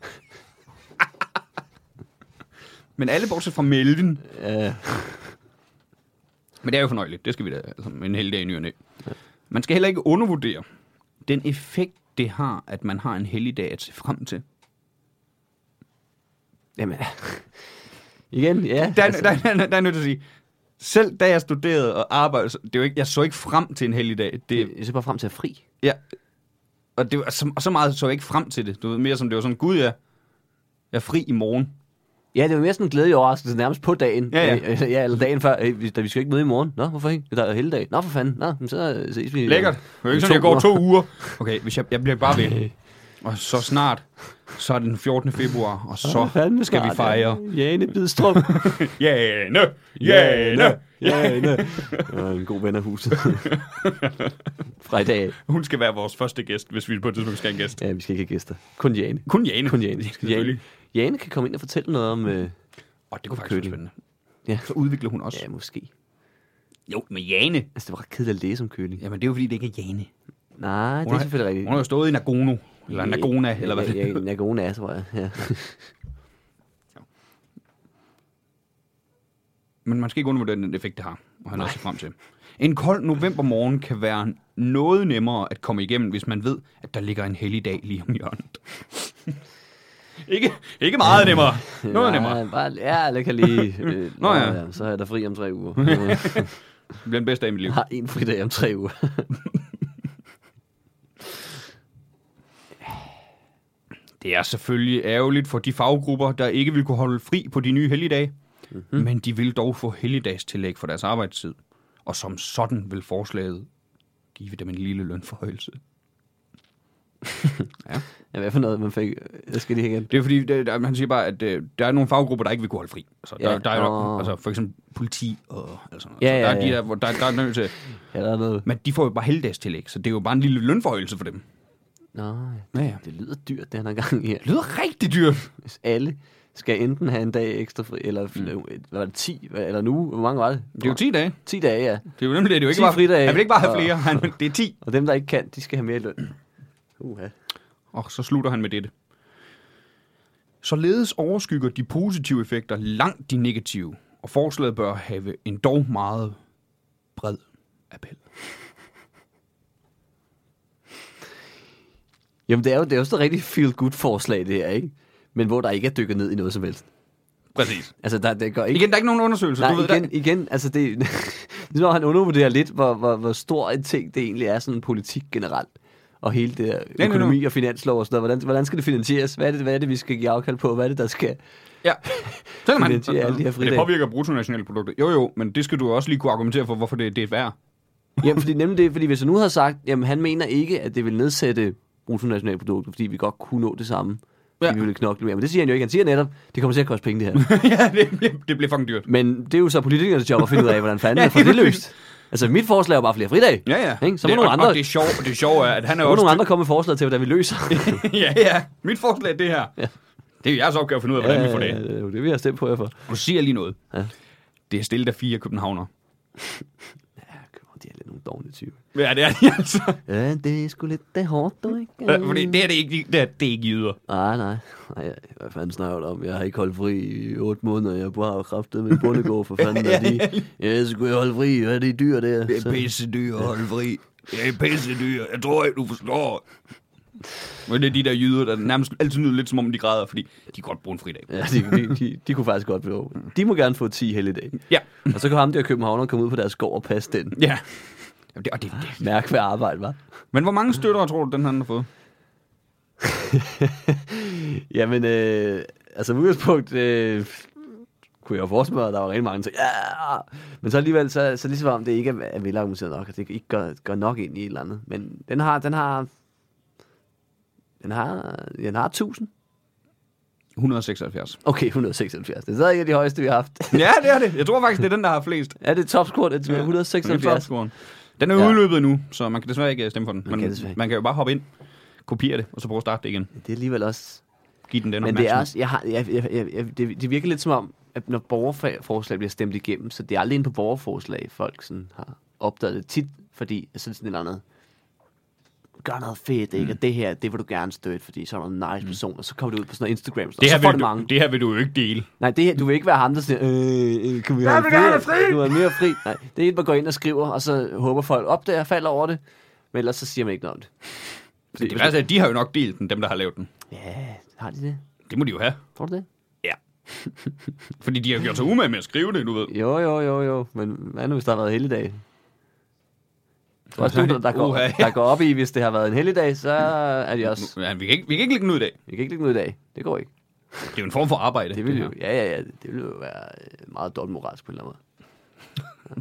Men alle bortset fra mælken. Ja. Men det er jo fornøjeligt. Det skal vi da. Altså, med en hel dag i ny og næ. Man skal heller ikke undervurdere den effekt, det har, at man har en helligdag at se frem til. Jamen, igen, ja. Der, altså, der, der, der, der er nødt til at sige, selv da jeg studerede og arbejdede, så- det er jo ikke, jeg så ikke frem til en helligdag. Det, jeg ser bare frem til at være fri. ja, og, det var, så, og så meget så jeg ikke frem til det. Du ved, mere som det var sådan, gud ja, jeg er fri i morgen. Ja, det var mere sådan en glædelig overraskelse nærmest på dagen. Ja, ja. Øh, ja eller dagen før. Øh, vi- da vi skal ikke møde i morgen. Nå, hvorfor ikke? Der er helligdag. Nå, for fanden. Nå, men så ses vi. Lækkert. Det er jo ikke sådan, jeg går to uger. Okay, hvis jeg, jeg bliver bare ved. Og så snart, så er det den fjortende februar, og så skal vi fejre. Jane Bidstrup. Jane! Jane! Jane. Og en god ven af huset. Fra i dag. Hun skal være vores første gæst, hvis vi på et tidspunkt skal have en gæst. Ja, vi skal ikke have gæster. Kun Jane. Kun Jane. Kun Jane. Selvfølgelig. Jane. Jane kan komme ind og fortælle noget om... Øh, Og det kunne faktisk være Køling. spændende. ja. Så udvikler hun også. ja, måske. Jo, med Jane. Altså, det var ret kedeligt at læse om køling. Jamen, det er jo fordi, det ikke er Jane. Nej, det Hun er har- selvfølgelig rigtigt. Hun har jo stået i Nagano. Eller Nagona, eller hvad det Ja, hedder. Nagona, tror jeg. Ja. Men man skal ikke undervurdere den effekt, det har. Og han også frem til. En kold novembermorgen kan være noget nemmere at komme igennem, hvis man ved, at der ligger en hellig dag lige om hjørnet. ikke, ikke meget nemmere. Noget nemmere. Nej, bare, ja, jeg kan lige... Øh, Nå, nå, ja. ja. Så er jeg der fri om tre uger. Det bliver den bedste dag i mit liv. Jeg har en fridag om tre uger. Det er selvfølgelig ærgerligt for de faggrupper, der ikke vil kunne holde fri på de nye helligdage. Mm-hmm. Men de vil dog få helligdagstillæg for deres arbejdstid. Og som sådan vil forslaget give dem en lille lønforhøjelse. Ja. Ja, hvad for noget, man fik? Jeg skal lige igen. Det er fordi, det, der, han siger bare, at øh, der er nogle faggrupper, der ikke vil kunne holde fri. Altså, der, Ja, der er jo, åh. altså, for eksempel politi og altså, Ja, altså, der ja, er de ja. der, hvor der, der er nødt til. Ja, der er noget. Men de får jo bare helligdagstillæg, så det er jo bare en lille lønforhøjelse for dem. Nå, det, Ja, ja. det lyder dyrt, det han har gang i her. Det lyder rigtig dyrt. Hvis alle skal enten have en dag ekstra fri, eller mm. hvad var det, ti, eller nu? Hvor mange var det? Det er jo ti dage. ti dage, ja. Det er jo nemlig det. Det er jo ikke ti bare, fridage. jeg vil ikke bare have Og- flere. Han, det er ti. Og dem, der ikke kan, de skal have mere i løn. Uha. Og så slutter han med dette. Således overskygger de positive effekter langt de negative, og forslaget bør have en dog meget bred appel. Jamen, det er jo, det er jo sådan et rigtig feel-good-forslag, det her, ikke? Men hvor der ikke er dykket ned i noget som helst. Præcis. Altså, der, det går ikke... Igen, der er ikke nogen undersøgelser. Nej, du ved, igen, der... igen, altså det... det er, når han undervurderer lidt, hvor, hvor, hvor stor en ting det egentlig er, sådan politik generelt. Og hele det der økonomi nej. og finanslov og sådan noget. Hvordan, hvordan skal det finansieres? Hvad er det, hvad er det, vi skal give afkald på? Hvad er det, der skal... Ja. Selvom man, finansiere alle de her det fridage? påvirker bruttonationalproduktet. Jo, jo, men det skal du også lige kunne argumentere for, hvorfor det, det er værd. Jamen, fordi nemlig det, fordi hvis han nu havde sagt, jamen han mener ikke, at det vil nedsætte bruttonationalproduktet, fordi vi godt kunne nå det samme. Fordi Ja. vi ville knokle mere. Men det siger han jo ikke. Han siger netop, det kommer til at koste penge, det her. Ja, det bliver, det bliver fucking dyrt. Men det er jo så politikernes job at finde ud af, hvordan fanden Ja, ja, får det lige løst. Altså, mit forslag er jo bare flere fridage. Ja, ja. Ikke? Så må det, nogle og, andre, og det er sjovt, det sjove er, at han er må også... nogle andre komme med forslag til, hvordan vi løser. ja, ja. Mit forslag er det her. Ja. Det er jo jeres opgave at finde ud af, hvordan ja, vi får det. ja, det er jo det, vi har stemt på jer for. Og du siger lige noget. Ja. Det er stillet af fire københavner. Ja, de er lidt nogle dårlige typer. Ja, det er de altså. Ja, det er sgu lidt det hårdt, du, ikke? Ja, fordi det er det ikke, det er, det er ikke jyder. Nej, nej. nej. Hvad fanden snakker du om? Jeg har ikke holdt fri i otte måneder. Jeg bare har kraftet med bondegård for fanden. ja, de, ja, så skulle jeg holde fri. Hvad er det dyr, der? Det er pissedyr at holde fri. Det er pissedyr. Jeg tror ikke, du forstår. Men det er de der jyder, der nærmest altid nyder lidt, som om de græder, fordi de kan godt bruge en fridag. Ja, de, de, de, de kunne faktisk godt blive. De må gerne få ti helligdage. Ja. Og så kan ham der københavner komme ud på deres skov og passe den. Ja. Og det, og det, det. Mærk hvad arbejde, var. Men hvor mange støtter tror du, den han har fået? Jamen, øh, altså udgangspunkt, øh, kunne jeg jo forestille mig, at der var rigtig mange ting. Ja! Men så alligevel, så, så ligesom om det ikke er velargumenteret nok, at det ikke gør, gør nok ind i et eller andet. Men den har, den har, den har, den har tusind. et hundrede og seksoghalvfjerds. Okay, et hundrede og seksoghalvfjerds. Det er stadig en af de højeste, vi har haft. Ja, det er det. Jeg tror faktisk, det er den, der har flest. Er det topscore, det er et hundrede og seksoghalvfjerds? Topscoren. Den er Ja. udløbet nu, så man kan desværre ikke stemme for den. Man Men kan desværre. man kan jo bare hoppe ind, kopiere det, og så prøve at starte det igen. Det er alligevel også... Giv den den Men det er opmærksomhed. også, jeg har, jeg, jeg, jeg, jeg, det, det virker lidt som om, at når borgerforslag bliver stemt igennem, så det er aldrig inde på borgerforslag, folk sådan har opdaget det tit, fordi sådan sådan et eller andet, gør noget fedt, ikke? Mm. Og det her, det vil du gerne støtte, fordi så er der en nice person, og så kommer det ud på sådan noget Instagram, og Det så her, får vil det du, mange. det her vil du jo ikke dele. Nej, det her, du vil ikke være ham, der siger, øh, øh, kan vi have flere? Fri? Du er mere fri. Nej, det er en, der går ind og skriver, og så håber folk op der, falder over det, men ellers så siger man ikke noget om det. Fordi, Det værste er, at de har jo nok delt den, dem der har lavet den. ja, har de det? Det må de jo have. Tror du det? Ja. Fordi de har gjort sig umage med at skrive det, du ved. Jo, jo, jo, jo. Men hvad nu, hvis der har været helligdag? Også du, der, der, går, Uha, ja. der går op i, hvis det har været en helligdag, så er de også... Ja, vi, kan ikke, vi kan ikke lægge den ud i dag. Vi kan ikke lægge noget i dag. Det går ikke. Det er jo en form for arbejde. Det vil her. jo, ja, ja, ja. Det vil jo være øh, meget dobbeltmoralsk på en eller anden måde. Ja.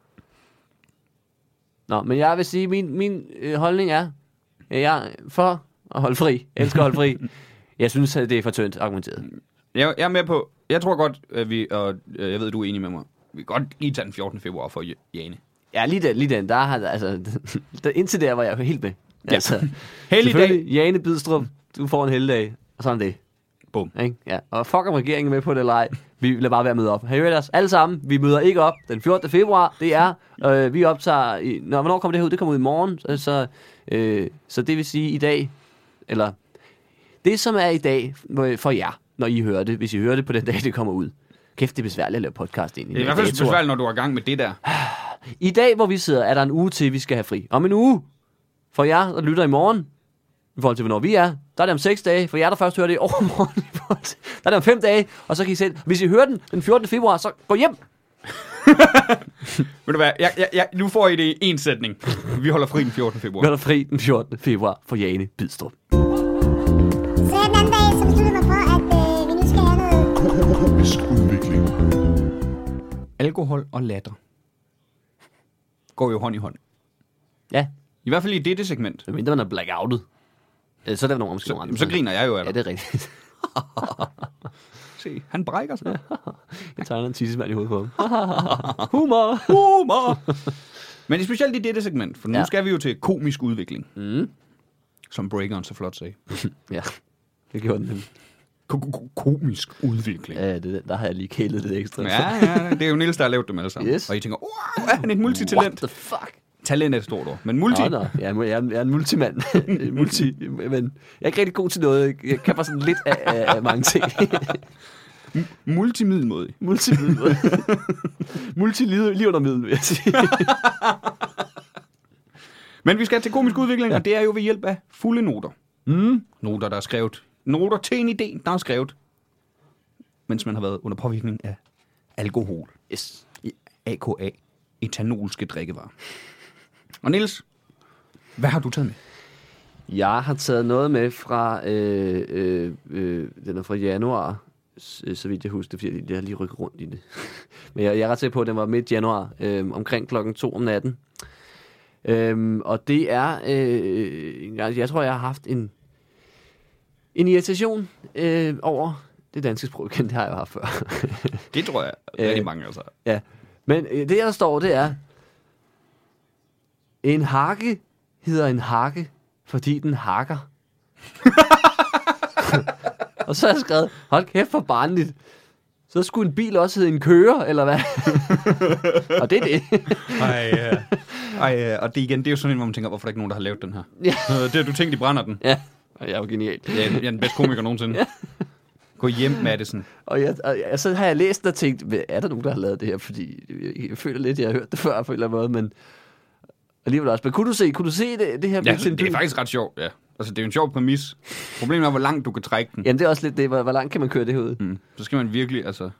Nå, men jeg vil sige, min, min øh, holdning er, at jeg er for at holde fri. Jeg elsker at holde fri. Jeg synes, at det er for tyndt argumenteret. Jeg, jeg er med på, jeg tror godt, at vi, og øh, jeg ved, du er enig med mig, vi kan godt lige tage den fjortende februar for Jane. Ja, lige den, lige den. Der har, altså, der, indtil der var jeg helt med. Ja. Altså, Heldig dag. selvfølgelig, Jane Bidstrup, du får en helligdag, og sådan er det. Bum. Ikke? Ja. Og fuck om regeringen er med på det eller ej. Vi lader bare være med op. Har I hørt os? Alle sammen. Vi møder ikke op den fjortende februar. Det er, øh, vi optager... I, når, hvornår kommer det her ud? Det kommer ud i morgen. Så, så, øh, så det vil sige i dag... Eller... Det, som er i dag for jer, når I hører det, hvis I hører det på den dag, det kommer ud. Kæft, det er besværligt at lave podcast egentlig. Det er i hvert fald besværligt, når du er i gang med det der. I dag, hvor vi sidder, er der en uge til, vi skal have fri. Om en uge. For jer, der lytter i morgen, i forhold til, hvornår vi er, der er det om seks dage. For jer, der først hører det i overmorgen, i forhold til, der er det om fem dage. Og så kan I selv, hvis I hører den den fjortende februar, så gå hjem. Ved du hvad, jeg, jeg, jeg, nu får I det i en sætning. Vi holder fri den fjortende februar. Vi holder fri den fjortende februar for Jane Bidstrup. Så her den anden dag, så besluttede jeg mig for, at øh, vi nu skal have noget... Komisk udvikling. Alkohol og latter går jo hånd i hånd. Ja, I hvert fald i dette segment. så mindre man er blackoutet. Øh, Så er der nogle måske nogle Så, andre. så griner jeg jo af Ja, dig. det er rigtigt. Se, han brækker sig. Jeg tager en tissemand i hovedet på ham. Humor. Humor! Men specielt i dette segment, for nu Ja. skal vi jo til komisk udvikling. Mm. Som Breakeren så flot sagde. Ja, det gjorde den. Komisk udvikling. Ja, det, der har jeg lige kælet det ekstra. Ja, ja, det er jo Niels, der har lavet det med det sammen. Yes. Og I tænker, wow, er han et multitalent? What the fuck? Talent er et stort ord, men multi... Nå, nå. Jeg, er, jeg, er, jeg er en multimand. multi, men jeg er ikke rigtig god til noget. Jeg kan bare sådan lidt af, af, af mange ting. Multimiddelmådig. Multimiddel. Multiliv under middel, vil jeg sige. Men vi skal til komisk udvikling, ja. Og det er jo ved hjælp af fulde noter. Mm. Noter, der er skrevet. Noter til en idé, der er skrevet, mens man har været under påvirkning af alkohol. Yes. A K A. Etanolske drikkevarer. Og Niels, hvad har du taget med? Jeg har taget noget med fra, øh, øh, øh, den er fra januar, så vidt jeg husker, fordi jeg har lige rykket rundt i det. Men jeg, jeg er ret sikker på, at den var midt januar, øh, omkring klokken to om natten. Øhm, og det er, øh, jeg, jeg tror, jeg har haft en, en irritation øh, over det danske sprog. Det har jeg jo haft før. Det tror jeg rigtig mange altså. Ja, men øh, det der står, det er, en hakke hedder en hakke, fordi den hakker. Og så har jeg skrevet, hold kæft for barnligt. Så skulle en bil også hedde en kører, eller hvad? Og det er det. Ej, ja. Ej, og det igen, det er jo sådan en, hvor man tænker, hvorfor er der ikke nogen, der har lavet den her? Ja. Det har du tænkt, de brænder den. Ja, og jeg er jo genial. Jeg er, jeg er den bedste komiker nogensinde. Ja. Gå hjem, Madison. Og, jeg, og jeg, så har jeg læst og tænkt, er der nogen, der har lavet det her? Fordi jeg, jeg føler lidt, jeg har hørt det før på en eller anden måde, men alligevel også. Men kunne du se, kunne du se det, det her? Ja, det er faktisk ret sjovt, ja. Altså, det er jo en sjov præmis. Problemet er, hvor langt du kan trække den. Jamen, det er også lidt det. Hvor, hvor langt kan man køre det her ud? Mm. Så skal man virkelig, altså...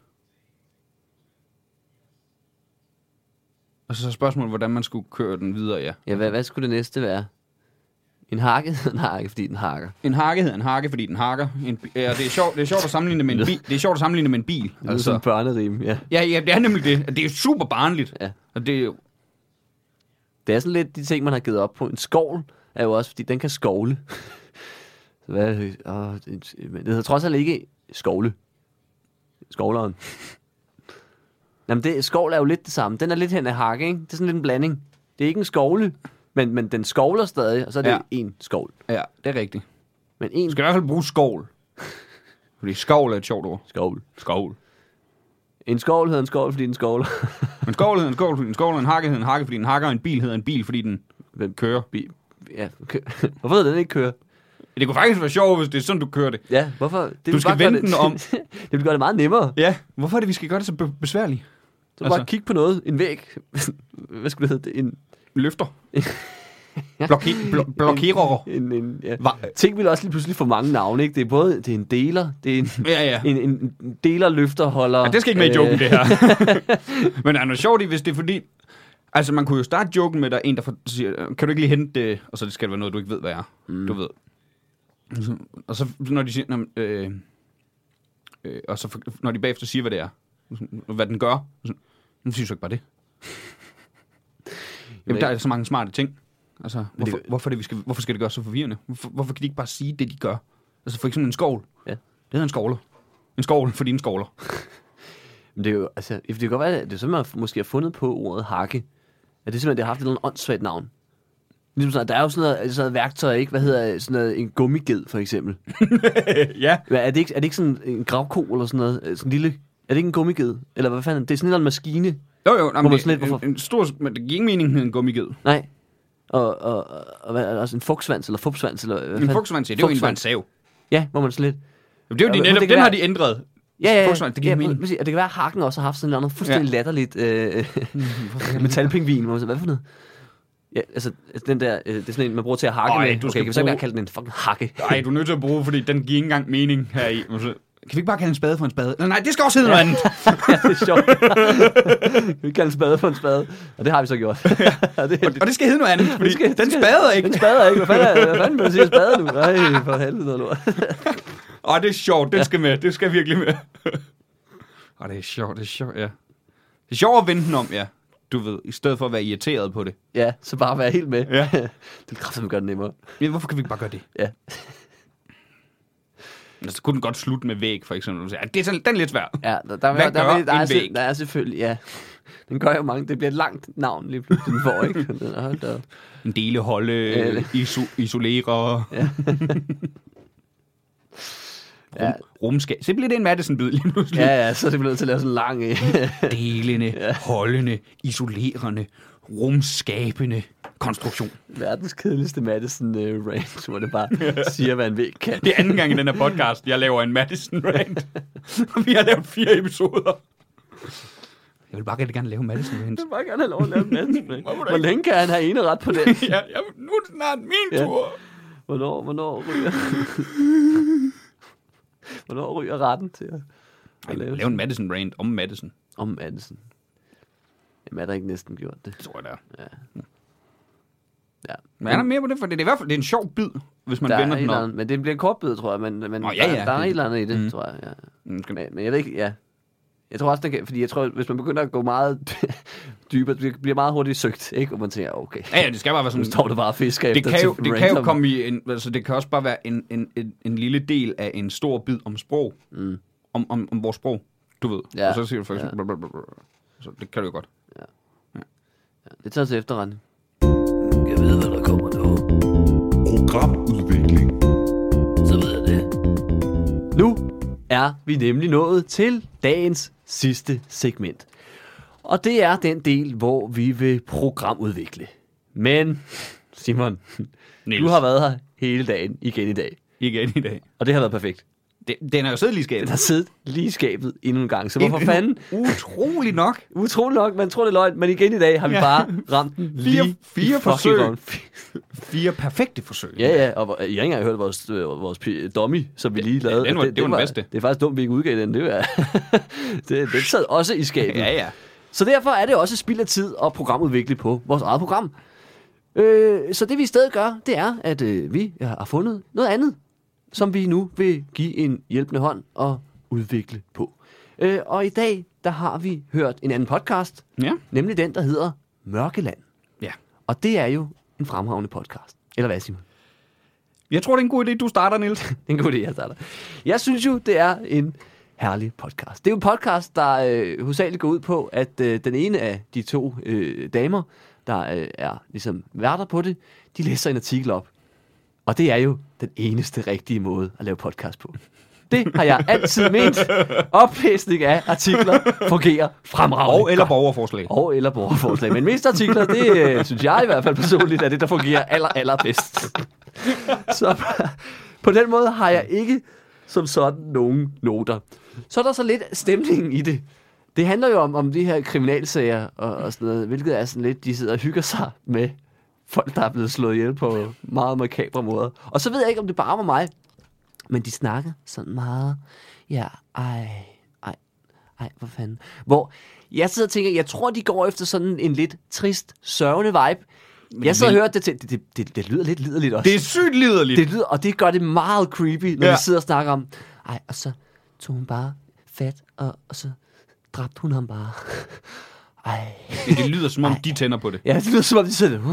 Og så er spørgsmålet, hvordan man skulle køre den videre, ja. Ja, hvad, hvad skulle det næste være? En hakke hedder en hakke, fordi den hakker. En hakke hedder en hakke, fordi den hakker. En, ja, det er sjovt, det er sjovt at sammenligne med en bil. Det er sjovt at sammenligne med en bil. Det er altså sådan en børnerim, ja. Ja, ja, det er nemlig det. Det er jo super barnligt. Ja. Og det er jo... Det er sådan lidt de ting, man har givet op på. En skovl er jo også, fordi den kan skovle. Så hvad, åh, det, det hedder trods alt ikke skovle. Skovleren. Jamen, det, skovl er jo lidt det samme. Den er lidt hen af hakke, ikke? Det er sådan lidt en blanding. Det er ikke en skovle, men, men den skovler stadig, og så er det Ja. en skovl. Ja, det er rigtigt. Men en Du skal i hvert fald bruge skovl. Fordi skovl er et sjovt ord. skovl. Skovl. En skovl hedder en skovl, fordi den skovler. En skovl hedder en skovl, fordi en skovl er en hakke, hedder en hakke, fordi en hakker, en bil hedder en bil, fordi den Hvem kører. Bi- ja, kø- hvorfor hedder den ikke kører? Det kunne faktisk være sjovt, hvis det er sådan, du kører det. Ja, hvorfor? Det Du vil skal bare gøre vende den om. det, det vil gøre det meget nemmere. Ja, hvorfor er det, vi skal gøre det så be- besværligt? Så altså. Bare kigge på noget. En væg. Hvad skulle det hedde? En, Løfter. Blokke- blo- blokerer. en, en, ja. Hva- Ting vil også lige pludselig få mange navne, ikke? Det er både det er en deler, det er en, Ja, ja. en, en, en deler, løfter, holder. Ja, det skal ikke med i joken, det her. Men er noget sjovt i, hvis det er fordi... Altså, man kunne jo starte joken med, at der er en, der for, siger, kan du ikke lige hente det? Og så det skal det være noget, du ikke ved, hvad er. Mm. Du ved. Og så, når de siger... Når, øh, øh, og så når de bagefter siger, hvad det er. Hvad den gør. Så, nu siger du ikke bare det. Jamen, der er så mange smarte ting. Altså, hvorfor, det, hvorfor, det, vi skal, hvorfor skal det gøre så forvirrende? Hvorfor, hvorfor kan de ikke bare sige det, de gør? Altså, for eksempel en skovl. Ja. Det hedder en skovler. En skovl, fordi en skovler. Men det er jo, altså, det kan godt være, det er sådan, man måske har fundet på ordet hakke. At det simpelthen, det har haft et eller andet åndssvagt navn. Ligesom sådan, der er jo sådan noget, sådan noget værktøj, ikke? Hvad hedder sådan noget, en gummiged, for eksempel. Ja. Er det, ikke, er det ikke sådan en gravko, eller sådan noget? Sådan en lille... Er det ikke en gummiged? Eller hvad fanden? Det er sådan en eller anden maskine. Jo, jo, nej, men det, lidt, en, en stor... Men det giver ingen mening med en gummiged. Nej. Og, og, og, og hvad, altså en fugtsvans, eller fupsvans, eller hvad En fanden? fugtsvans, ja, det er jo egentlig bare en sav. Ja, hvor man sådan lidt... Jamen, det er jo de Ja, netop, det den kan har være- de ændret. Ja, ja, Fugtsvans, det giver ja, mening. præcis. Og det kan være, at hakken også har haft sådan noget fuldstændig Ja. latterligt øh, metalpingvin. Hvor man siger, hvad for noget? Ja, altså, den der, øh, det er sådan en, man bruger til at hakke Øj, med. du Okay, skal kan vi så ikke bruge- bare kalde den en fucking hakke? Nej, du er nødt til at bruge, fordi den giver ikke engang mening her i. Kan vi ikke bare kalde en spade for en spade? Nej, det skal også hedde noget andet. Ja, det er sjovt. Vi kalder en spade for en spade. Og det har vi så gjort. Ja, det, Og det skal hedde noget andet, fordi det skal- den det skal- spader ikke. Den spader ikke. Hvad fanden, er- hvad fanden vil du sige spade nu? Nej, for helvede noget lort. Åh, det er sjovt, den skal med. Det skal virkelig med. Åh, det er sjovt, det er sjovt, ja. Det er sjovt at vende den om, ja. Du ved, i stedet for at være irriteret på det. Ja, så bare være helt med. Ja. Det er kraftigt, at gøre det nemmere. Ja, hvorfor kan vi ikke bare gøre det? Ja. Altså, kunne den godt slutte med væg, for eksempel. Ja, det er sådan, den er lidt svær. Ja, der, der, Hvad der, der, gør der, der, en er, væg? der er selvfølgelig, ja. Den gør jo mange. Det bliver et langt navn lige pludselig, den får, ikke? Den er holdt op. En deleholde, Ja. iso- isolere, Ja. Ja. rumskab. Så bliver det en Madison-bid lige pludselig. Ja, ja, så er det blevet til at lave sådan en lang... øh, Delende, ja. holdende, isolerende, rumskabende konstruktion. verdens kedeligste Madison-rant, hvor det bare siger, hvad en væg kan. Det er anden gang i den her podcast, jeg laver en Madison-rant. Og vi har lavet fire episoder. Jeg vil bare rigtig gerne lave Madison-rant. Jeg vil bare gerne have lov at lave en Madison-rant. Hvorfor Hvor ikke? længe kan han have ene ret på den? ja, ja, nu er det snart min Ja. tur. Hvornår, hvornår ryger... hvornår ryger retten til at, at lave, Lave en Madison-rant om Madison. om Madison? Jamen, er der ikke næsten gjort det? Det tror jeg, der er. Ja. Ja. Men er der mere på det? For det er i hvert fald det er en sjov bid, hvis man Der er vender et den eller op. andet, men det bliver en kort bid, tror jeg. Men, men Nå, ja, der, ja, der er det- et eller andet i det, Mm. tror jeg. Ja. Mm, skal- Men, men jeg ved ikke, ja. Jeg tror også, det kan, fordi jeg tror, hvis man begynder at gå meget dybere, det bliver meget hurtigt søgt, ikke? Og man tænker, okay, Ja, ja, det skal bare være nu sådan... står der bare og fisker Det efter kan, jo, til det kan jo random. komme i en, altså det kan også bare være en, en, en, en lille del af en stor bid om sprog. Mm. Om, om, om vores sprog, du ved. Ja. Og så siger du for Ja. eksempel... Ja. Så det kan du jo godt. Ja, det tager til efterretning. Jeg ved, hvad der kommer nu. Programudvikling. Så ved jeg det. Nu er vi nemlig nået til dagens sidste segment. Og det er den del, hvor vi vil programudvikle. Men, Simon, Niels. du har været her hele dagen igen i dag. Igen i dag. Og det har været perfekt. Det, den er jo siddet lige Den skabet. har siddet lige i skabet endnu en gang. Så hvorfor fanden? Utrolig nok. Utrolig nok, man tror det er løgn, men igen i dag har vi Ja. bare ramt den lige Fire- fire i fucking forsøg. røven. Fire perfekte forsøg. Ja, ja, og hvor- I har ikke engang hørt vores, øh, vores pi- dummy, som vi lige lavede. den var- det var den bedste. Det er faktisk dumt, vi ikke udgav den. Det, var, det, det sad også i skabet. Ja, ja. Så derfor er det også spild af tid at programudvikle på vores eget program. Øh, så det vi i stedet gør, det er, at øh, vi har fundet noget andet, som vi nu vil give en hjælpende hånd og udvikle på. Øh, og i dag, der har vi hørt en anden podcast, Ja. nemlig den, der hedder Mørkeland. Ja. Og det er jo en fremragende podcast. Eller hvad, Simon? Jeg tror, det er en god idé, du starter, Niels. Det er en god idé, jeg starter. Jeg synes jo, det er en herlig podcast. Det er jo en podcast, der øh, hovedsageligt går ud på, at øh, den ene af de to øh, damer, der øh, er ligesom værter på det, de læser en artikel op. Og det er jo den eneste rigtige måde at lave podcast på. Det har jeg altid ment. Oplæsning af artikler fungerer fremragende. Og eller godt. borgerforslag. Og eller borgerforslag. Men mest artikler, det øh, synes jeg i hvert fald personligt, er det, der fungerer aller, aller bedst. Så på den måde har jeg ikke som sådan nogen noter. Så er der så lidt stemningen i det. Det handler jo om, om de her kriminalsager og, og sådan noget, hvilket er sådan lidt, de sidder og hygger sig med folk, der er blevet slået ihjel på meget makabre måder. Og så ved jeg ikke, om det bare var mig, men de snakker sådan meget, ja, ej, ej, ej, hvor fanden. Hvor jeg sidder og tænker, jeg tror, de går efter sådan en lidt trist, sørgende vibe. Jeg sidder og hører det til, det, det, det, det lyder lidt liderligt også. Det er sygt liderligt. Det lyder, og det gør det meget creepy, når Ja. ja. vi sidder og snakker om, ej, og så tog hun bare fat, og, og så dræbte hun ham bare. Ej. Det, det lyder som om, Ej. de tænder på det. Ja, det lyder som om, de sidder, uh.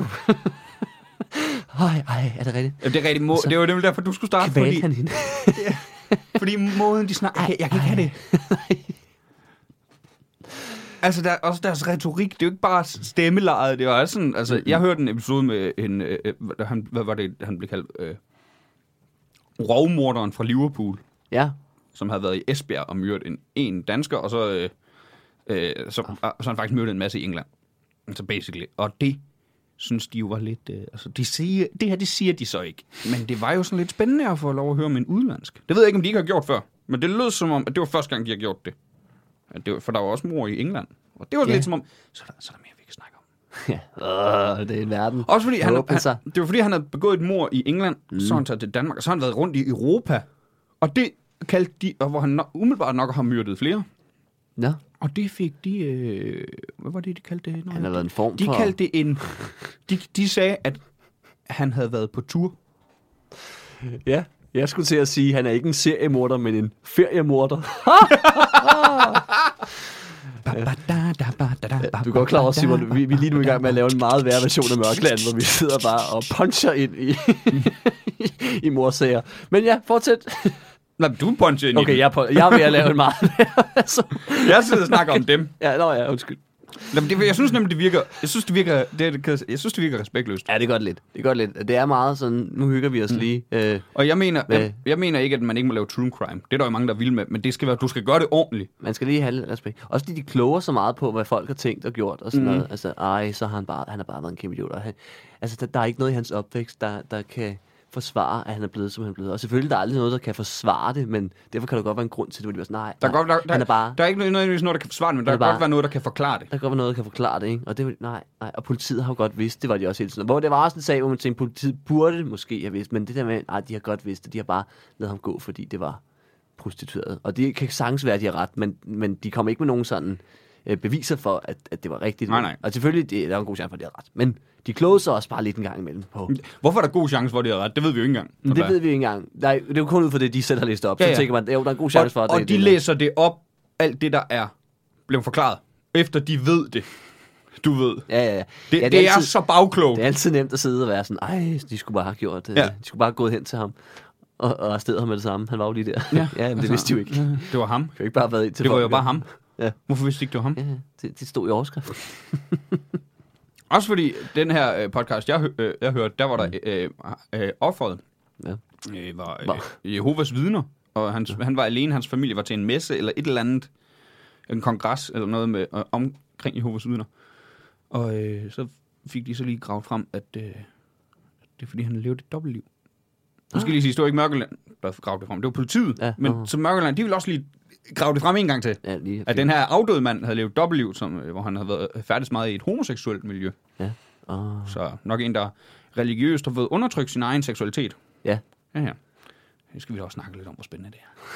Ej, ej, er det rigtigt? Ja, det er rigtig må- Så det var nemlig derfor, du skulle starte, Kvalte fordi, han hende? fordi måden, de snakker... Jeg, jeg kan ikke have det. Altså, der, også deres retorik, det er jo ikke bare stemmelejet, det er også sådan, altså, jeg hørte en episode med en, øh, hvad, han, hvad var det, han blev kaldt, øh, rovmorderen fra Liverpool, Ja, som havde været i Esbjerg og myrdet en, en dansker, og så, øh, øh, så, og så har han faktisk myrdet en masse i England. Altså, basically. Og det synes de jo var lidt, øh, altså, de siger, det her, det siger de så ikke. Men det var jo sådan lidt spændende at få lov at høre med en udlandsk. Det ved jeg ikke, om de ikke har gjort før, men det lød som om, at det var første gang, de har gjort det. At det var, for der var også mor i England. Og det var Ja. lidt som om, så er der, så er der mere, vi kan snakke om. ja. Øh, det er en verden. Også fordi han, Åbne han, sig. det var fordi, han havde begået et mord i England, mm. så har han taget til Danmark, og så har han været rundt i Europa. Og det kaldte de, og hvor han nok, umiddelbart nok har myrdet flere. Nå, Og det fik de, øh, hvad var det, de kaldte det? Nå, han har været en form de for... kaldte det en, de, de sagde, at han havde været på tur. Ja, jeg skulle til at sige, at han er ikke en seriemorder, men en feriemorder. Du er godt klar over, Simon, vi, vi er lige nu i gang med at lave en meget værre version af Mørkeland, hvor vi sidder bare og puncher ind i, i morsager. Men ja, fortsæt. Nej, du puncher ind i Okay, den. jeg er, på, jeg er ved at lave en meget værre version. Jeg sidder og snakker om dem. Ja, nå ja, undskyld. Jamen, det, jeg synes nemlig, det virker, jeg synes, det virker, det, det, jeg synes, det virker respektløst. Ja, det er godt lidt. Det er godt lidt. Det er meget sådan, nu hygger vi os mm. lige. Øh, Og jeg mener, Hvad? jeg, jeg mener ikke, at man ikke må lave true crime. Det er der jo mange, der vil med, men det skal være, du skal gøre det ordentligt. man skal lige have lidt respekt. Også fordi de kloger så meget på, hvad folk har tænkt og gjort og sådan mm. noget. Altså, ej, så har han bare, han har bare været en kæmpe idiot. Og han, altså, der, der er ikke noget i hans opvækst, der, der kan forsvare, at han er blevet, som han er blevet. Og selvfølgelig, der er aldrig noget, der kan forsvare det, men derfor kan der godt være en grund til det, hvor de var sådan, nej, Der, nej godt, der, der, han er bare... der er ikke nødvendigvis noget, der kan forsvare det, men der Han kan er godt bare- være noget, der kan forklare det. Der kan godt være noget, der kan forklare det, ikke? Og det var, nej, nej, og politiet har jo godt vidst, det var de også hele tiden. Hvor det var også en sag, hvor man tænkte, politiet burde måske have vidst, men det der med, nej, de har godt vidst det, de har bare ladet ham gå, fordi det var prostitueret. Og det kan sagtens være, at de har ret, men, men de kommer ikke med nogen sådan øh, beviser for, at, at det var rigtigt. Nej, nej. Og selvfølgelig, det, der er en god chance for, at de har ret. Men de klogede sig også bare lidt en gang imellem på. Hvorfor er der god chance for, at det er ret? Det ved vi jo ikke engang. Men det ved vi ikke engang. Nej, det er jo kun ud for det, de selv har læst op. Ja, Så ja. tænker man, jo, der er en god chance for, og, at og det de det, læser det op, alt det, der er blevet forklaret, efter de ved det. Du ved. Ja, ja, ja. Det, ja, det, det er, er så bagklogt. Det er altid nemt at sidde og være sådan, ej, de skulle bare have gjort det. Ja. De skulle bare have gået hen til ham og, og arresteret ham med det samme. Han var jo lige der. Ja. ja men det vidste de jo ikke. Det Det var ham. kan jo ikke bare have været ind til Det var folk. jo bare ham. Ja. Hvorfor vidste de ikke, det var ham? Ja, det, det stod i overskriften. Også fordi den her øh, podcast, jeg, hø- øh, jeg hørte, der var der øh, øh, offeret, Ja. øh, var Hvor? øh, Jehovas vidner, og hans, ja. han var alene, hans familie var til en messe, eller et eller andet, en kongres, eller noget med, øh, omkring Jehovas vidner. Og øh, så fik de så lige gravet frem, at øh, det er fordi, han levede et dobbeltliv. Nu skal jeg lige sige, det var ikke Mørkeland, der gravede det frem, det var politiet, Ja. men Uh. så Mørkeland, de ville også lige grave det frem en gang til. Ja, lige. At den her afdøde mand havde levet dobbeltliv, som, øh, hvor han havde været færdig meget i et homoseksuelt miljø. Ja. Oh. Så nok en, der religiøst har fået undertrykt sin egen seksualitet. Ja. Ja, ja. Det skal vi da også snakke lidt om, hvor spændende det er.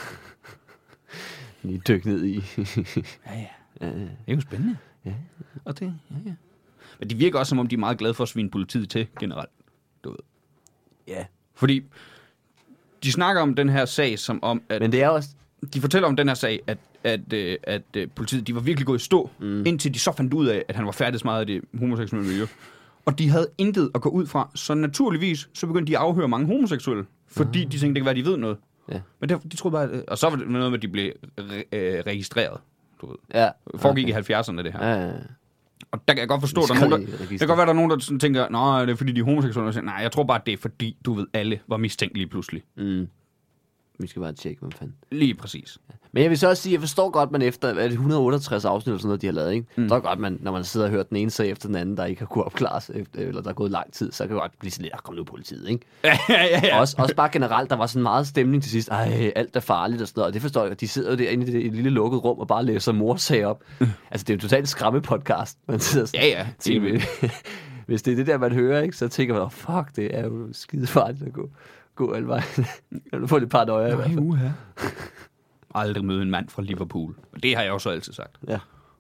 Lige dyk ned i. Ja, ja. ja, ja. Det er jo spændende. Ja. Og det, ja, ja. Men det virker også, som om de er meget glade for at svine politiet til, generelt. Du ved. ja. Fordi de snakker om den her sag, som om, at... Men det er også... De fortæller om den her sag, at, at, at, at, at politiet, de var virkelig gået i stå, mm. indtil de så fandt ud af, at han var færdig meget af det homoseksuelle miljø. Og de havde intet at gå ud fra, så naturligvis, så begyndte de at afhøre mange homoseksuelle, fordi mm. de tænkte, det kan være, de ved noget. Ja. Men der, de troede bare, at, og så var det noget med, at de blev re- øh, registreret, du ved. Ja. Foregik okay. i halvfjerdserne, det her. Ja, ja. Og der kan jeg godt forstå, at der er nogen, der, der kan godt være, der er nogen, der sådan tænker, nej, det er fordi, de er homoseksuelle. Og siger, nej, jeg tror bare, at det er fordi, du ved, alle var mistænkelige pludselig. Mm. Vi skal bare tjekke, hvad fanden. Lige præcis. Men jeg vil så også sige, jeg forstår godt, man efter er det et hundrede og otteogtres afsnit eller sådan noget, de har lavet, ikke? Mm. Så er godt, man, når man sidder og hører den ene sag efter den anden, der ikke har kunnet opklares, efter, eller der er gået lang tid, så kan det godt blive sådan lidt, kom nu politiet, ikke? Ja, ja, ja. ja. Også, også bare generelt, der var sådan meget stemning til sidst, ej, alt er farligt og sådan noget, og det forstår jeg, de sidder jo derinde i det i et lille lukket rum og bare læser morsager op. Altså, det er jo totalt skræmmepodcast, man sidder sådan, Ja, ja. tænker, hvis det er det der, man hører, ikke, så tænker man, oh, fuck, det er jo skide farligt at gå, gå alle vejen. Kan du få lidt par nøjer i hvert fald. uha. Aldrig møde en mand fra Liverpool. Og det har jeg også altid sagt. Ja.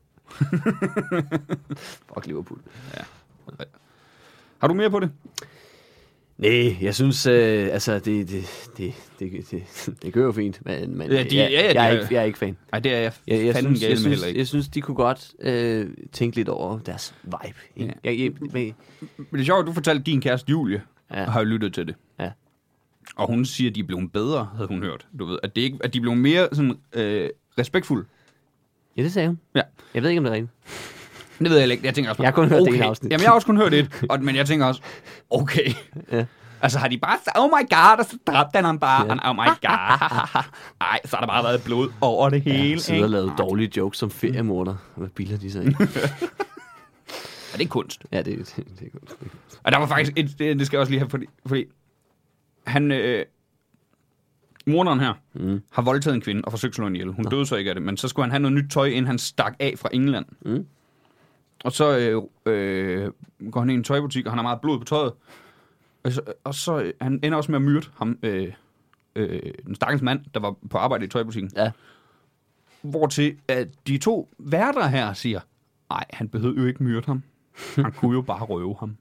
Fuck Liverpool. Ja. Har du mere på det? Nej, jeg synes, øh, altså, det, det, det, det, det, det gør jo fint, men, men Ja, de- jeg, ja, ja, de jeg, er er- ikke, jeg er ikke fan. Nej, det er jeg, Jeg, jeg, fanden synes, jeg, gal med synes, heller ikke. jeg synes, de kunne godt øh, tænke lidt over deres vibe. Ikke? Ja. Jeg, jeg, men, Men det er sjovt, at du fortalte, at din kæreste Julie Ja. har jo lyttet til det. ja. Og hun siger, at de er blevet bedre, havde hun hørt. Du ved, at, det ikke, at de er blevet mere sådan, øh, respektfulde. ja, det sagde hun. Ja. Jeg ved ikke, om det er rigtigt. Det ved jeg ikke. Jeg tænker også, Jeg har kun hørt det okay. ene afsnit. Jamen, jeg har også kun hørt et. Og, men jeg tænker også, okay. Ja. Altså, har de bare sagt, oh my god, og så dræbte han ham bare. Ja. Ja. Oh my god. Ej, så har der bare været blod over det hele. Ja, sidder ikke? og lavet dårlige jokes som feriemorder. Hvad bilder de sig ikke? Og det er kunst. Ja, det, det, det er godt. Og der var faktisk et, det, det skal jeg også lige have, fordi, fordi han, øh, morderen her, Mm. har voldtaget en kvinde og forsøgt at slå hende ihjel. Hun Nå. døde så ikke af det, men så skulle han have noget nyt tøj, inden han stak af fra England. Mm. Og så øh, øh, går han ind i en tøjbutik, og han har meget blod på tøjet. Og så, og så øh, han ender også med at myrde ham, øh, øh, den stakkels mand, der var på arbejde i tøjbutikken. Ja. Hvortil at de to værter her siger, nej, han behøvede jo ikke myrde ham. Han kunne jo bare røve ham.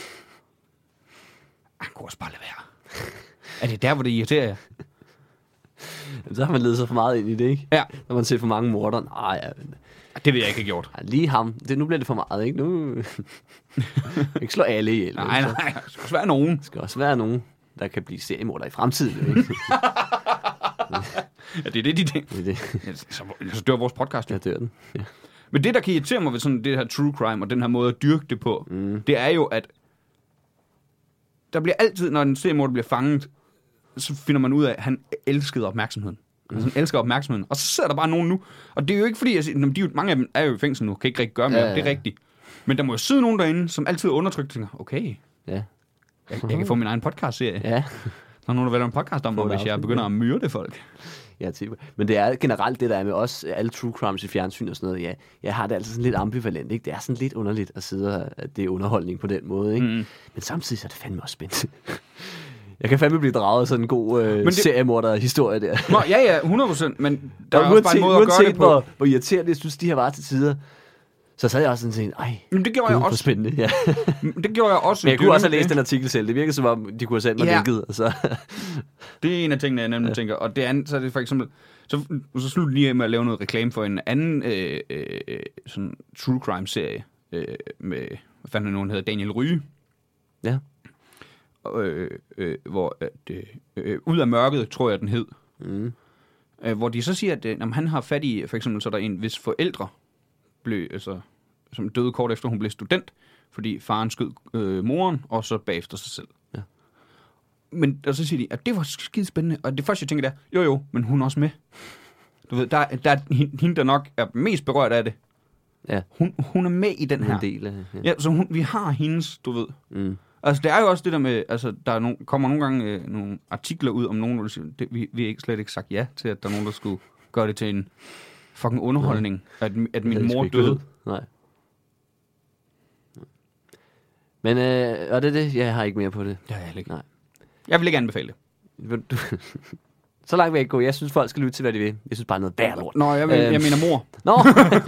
Han kunne også bare lade være. Er det der, hvor det irriterer jer? Så har man ledet sig for meget ind i det, ikke? Ja. Når man ser for mange morder. Nej, ja, men, Det vil jeg ikke have gjort. ja, lige ham. Det, nu bliver det for meget, ikke? Nu ikke slå alle ihjel. Nej, ikke? nej, der skal også være nogen. Der skal også være nogen, der kan blive seriemorder i fremtiden, ikke? Ja, det er det, de tænker. Det er det. Ja, så, så dør vores podcast. Ja, Ja. dør den. Ja. Men det, der kan irritere mig ved sådan det her true crime, og den her måde at dyrke det på, mm. det er jo, at der bliver altid, når en seriemorder bliver fanget, så finder man ud af, at han elskede opmærksomheden. Mm. Altså, han elsker opmærksomheden. Og så sidder der bare nogen nu, og det er jo ikke fordi, at de, jo, mange af dem er jo i fængsel nu, kan ikke rigtig gøre mere, ja, ja. Det er rigtigt. Men der må jo sidde nogen derinde, som altid er undertrykt, tænker, okay, ja. jeg, jeg kan få min egen podcast-serie. Ja. Der er nogen, der vælger en podcast om mig, hvis jeg begynder at myrde folk. Ja, men det er generelt det, der er med os, alle true crimes i fjernsyn og sådan noget. Ja, jeg har det altid sådan lidt ambivalent, ikke? Det er sådan lidt underligt at sidde og at det er underholdning på den måde, ikke? Mm. Men samtidig så er det fandme også spændende. Jeg kan fandme blive draget af sådan en god øh, det... seriemorder-historie der. Nå, ja, ja, hundrede procent, men der og er også bare en måde at gøre det på. Hvor, hvor irriterende jeg synes, de her var til tider. Så sad jeg også sådan sådan, ej, men det gjorde Gud, jeg også. Spændende, ja. Det gjorde jeg også. Men jeg kunne også have læst den artikel selv. Det virker som om, de kunne have sendt mig ja. linket. Altså. Det er en af tingene, jeg nemlig ja. tænker. Og det andet, så er det for eksempel, så, så slut lige med at lave noget reklame for en anden øh, øh, sådan true crime-serie øh, med, hvad fanden nogen hedder, Daniel Rye. Ja. Øh, øh, hvor at, øh, øh, Ud af mørket, tror jeg, den hed. Mm. Øh, hvor de så siger, at øh, når han har fat i, for eksempel, så er der en, hvis forældre blev, altså, som døde kort efter, hun blev student, fordi faren skød øh, moren, og så bagefter sig selv. Ja. Men og så siger de, at det var skide spændende, og det første, jeg tænker, der, jo jo, men hun er også med. Du ved, der, der er hende, der nok er mest berørt af det. Ja. Hun, hun er med i den her. En del af, ja. Ja, så hun, vi har hendes, du ved. Mm. Altså, det er jo også det der med, altså, der er no, kommer nogle gange øh, nogle artikler ud om nogen, der siger, det, vi, vi har ikke slet ikke sagt ja til, at der er nogen, der skulle gøre det til en fucking underholdning, at, at min mor døde. Nej. Men, øh, og det er det, jeg har ikke mere på det. Det har jeg ikke. Nej. Jeg vil ikke anbefale det. Du, så langt vil jeg ikke gå. Jeg synes, folk skal lytte til, hvad de vil. Jeg synes bare noget værd lort. Nå, jeg, vil, øhm. jeg mener mor. Nå.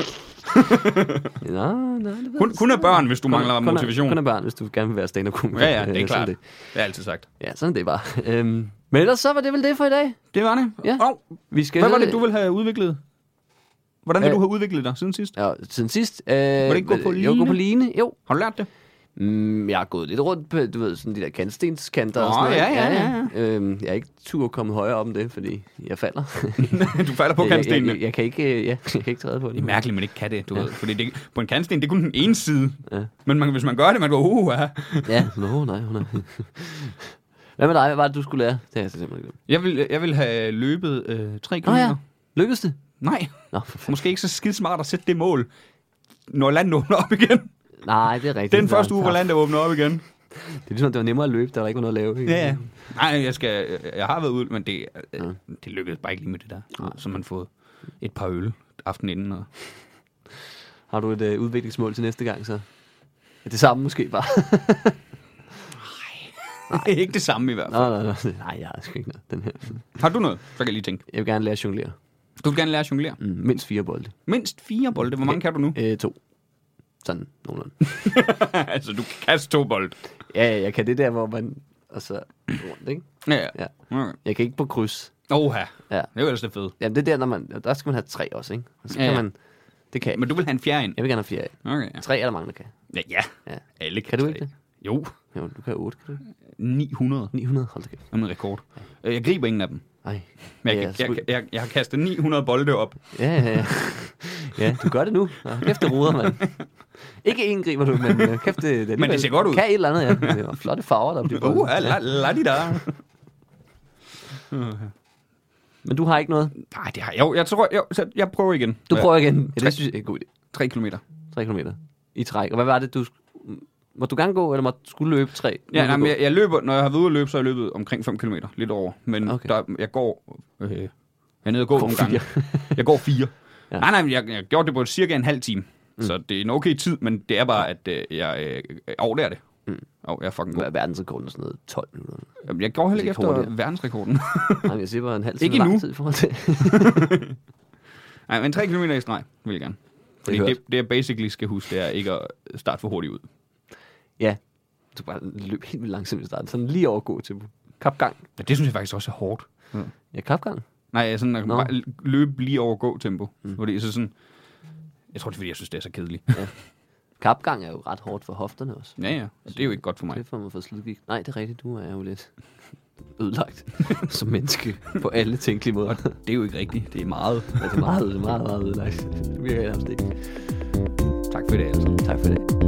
Nå, nej, det kun, kun er børn, hvis du kun, mangler kun motivation. Er, kun er børn, hvis du gerne vil være stand-up-komiker. Ja, ja, det er klart. Det. det er altid sagt. Ja, sådan det bare. Øhm, men ellers så var det vel det for i dag. Det var det. Ja. Oh, vi skal hvad var det, du ville have udviklet? Hvordan vil øh, du have udviklet dig siden sidst? Ja, siden sidst. Øh, var det ikke gå på line? Jo, gå på line, jo. Har du lært det? Mm, jeg har gået lidt rundt på, du ved, sådan de der kantstenskanter oh, og sådan noget. Ja, ja, ja. ja. Øhm, jeg er ikke tur kommet højere op om det, fordi jeg falder. Du falder på kantstenene? Jeg, jeg, jeg, kan ikke, jeg, jeg kan ikke træde på det. Det er mærkeligt, man ikke kan det, du ja. ved. Fordi det, på en kantsten, det er kun den ene side. Ja. Men man, hvis man gør det, man går, uh, ja. Ja, no, nej, nej. Hvad med dig? Hvad var det, du skulle lære? Det har jeg simpelthen glemt. Jeg vil, jeg vil have løbet øh, tre kilometer. Nå ja, lykkedes det? Nej. Nå, måske ikke så skide smart at sætte det mål, når landet åbner op igen. Nej, det er rigtigt. Den første uge, hvor landet åbner op igen. Det er ligesom, det var nemmere at løbe, der var ikke noget at lave. Ikke? Ja, ja. Nej, jeg, skal, jeg har været ud, men det, ja. det lykkedes bare ikke lige med det der. Ja. Så man får et par øl aften inden. Og... Har du et øh, udviklingsmål til næste gang, så? Er det samme måske bare? Nej, nej. Ikke det samme i hvert fald. Nej, nej, nej. Nej, jeg har sgu ikke noget. Den her. Har du noget? Så kan jeg lige tænke. Jeg vil gerne lære at jonglere. Du vil gerne lære at jonglere? Mm, mindst fire bolde. Mindst fire bolde? Hvor mange kan du nu? Øh, to. Sådan, nogenlunde. Altså, du kan kaste to bold. Ja, jeg kan det der, hvor man... Og så rundt, ikke? Ja, ja. ja. Okay. Jeg kan ikke på kryds. Oha. Ja. Det er jo ellers det fede. Jamen, det er der, når man... Der skal man have tre også, ikke? Og så ja, kan ja. man... Det kan jeg. Men du vil have en fjerde ind? Jeg vil gerne have fjerde. Okay, ja. Tre er der mange, der kan. Ja, ja. ja. Alle kan Kan du tre. ikke det? Jo. Jo, du kan have otte, kan du ikke? ni hundrede. ni hundrede, hold da kæft. Det er en rekord. Ja. Jeg griber ingen af dem. Nej. Men jeg, jeg, jeg, jeg, jeg har kastet ni hundrede bolde op. Ja, ja, ja. Ja, du gør det nu. Ja, kæft, det ruder, mand. Ikke én griber du, men uh, kæft, det, det, men det ser godt ud. Kan et eller andet, ja. Det var flotte farver, der bliver Uh, la, la, di da. Men du har ikke noget? Nej, det har jeg jo. Jeg tror, jeg, så jeg prøver igen. Du prøver igen? Ja, tre, det synes jeg er en god idé. Tre kilometer. Tre kilometer. I træk. Og hvad var det, du... Må du gerne gå, eller må du skulle løbe tre? Ja, nej, men jeg, jeg løber, når jeg har været ude at løbe, så har jeg løbet omkring fem kilometer. Lidt over. Men okay. der, jeg går... Øh, jeg er nede og går, går nogle gange. Jeg går fire. Ja. Nej, nej, men jeg, jeg gjorde det på cirka en halv time. Mm. Så det er en okay tid, men det er bare, at øh, jeg øh, overlærer det. Mm. Og jeg er fucking god. Hvad er verdensrekorden? Sådan noget tolv minutter? Jamen, jeg går heller ikke efter hurtigt. Verdensrekorden. Nej, jeg siger bare en halv time ikke lang tid i forhold til. Nej, men tre kilometer i streg vil jeg gerne. Fordi det, det, det, jeg basically skal huske, det er ikke at starte for hurtigt ud. Ja, du bare løb helt vildt langsomt i starten. Sådan lige overgå til kapgang. Ja, det synes jeg faktisk også er hårdt. Ja, ja kapgang? Nej, sådan at no. bare løbe lige over gå-tempo. Mm. Fordi så sådan... Jeg tror, det er, fordi jeg synes, det er så kedeligt. Ja. Kapgang er jo ret hårdt for hofterne også. Ja, ja. Det er jo ikke godt for mig. Det får man for slidgigt. Nej, det er rigtigt. Du er jo lidt ødelagt som menneske på alle tænkelige måder. Og det er jo ikke rigtigt. Det er meget. Ja, det er meget, det er meget, meget ødelagt. Det virker nærmest ikke. Tak for i dag, altså. Tak for det.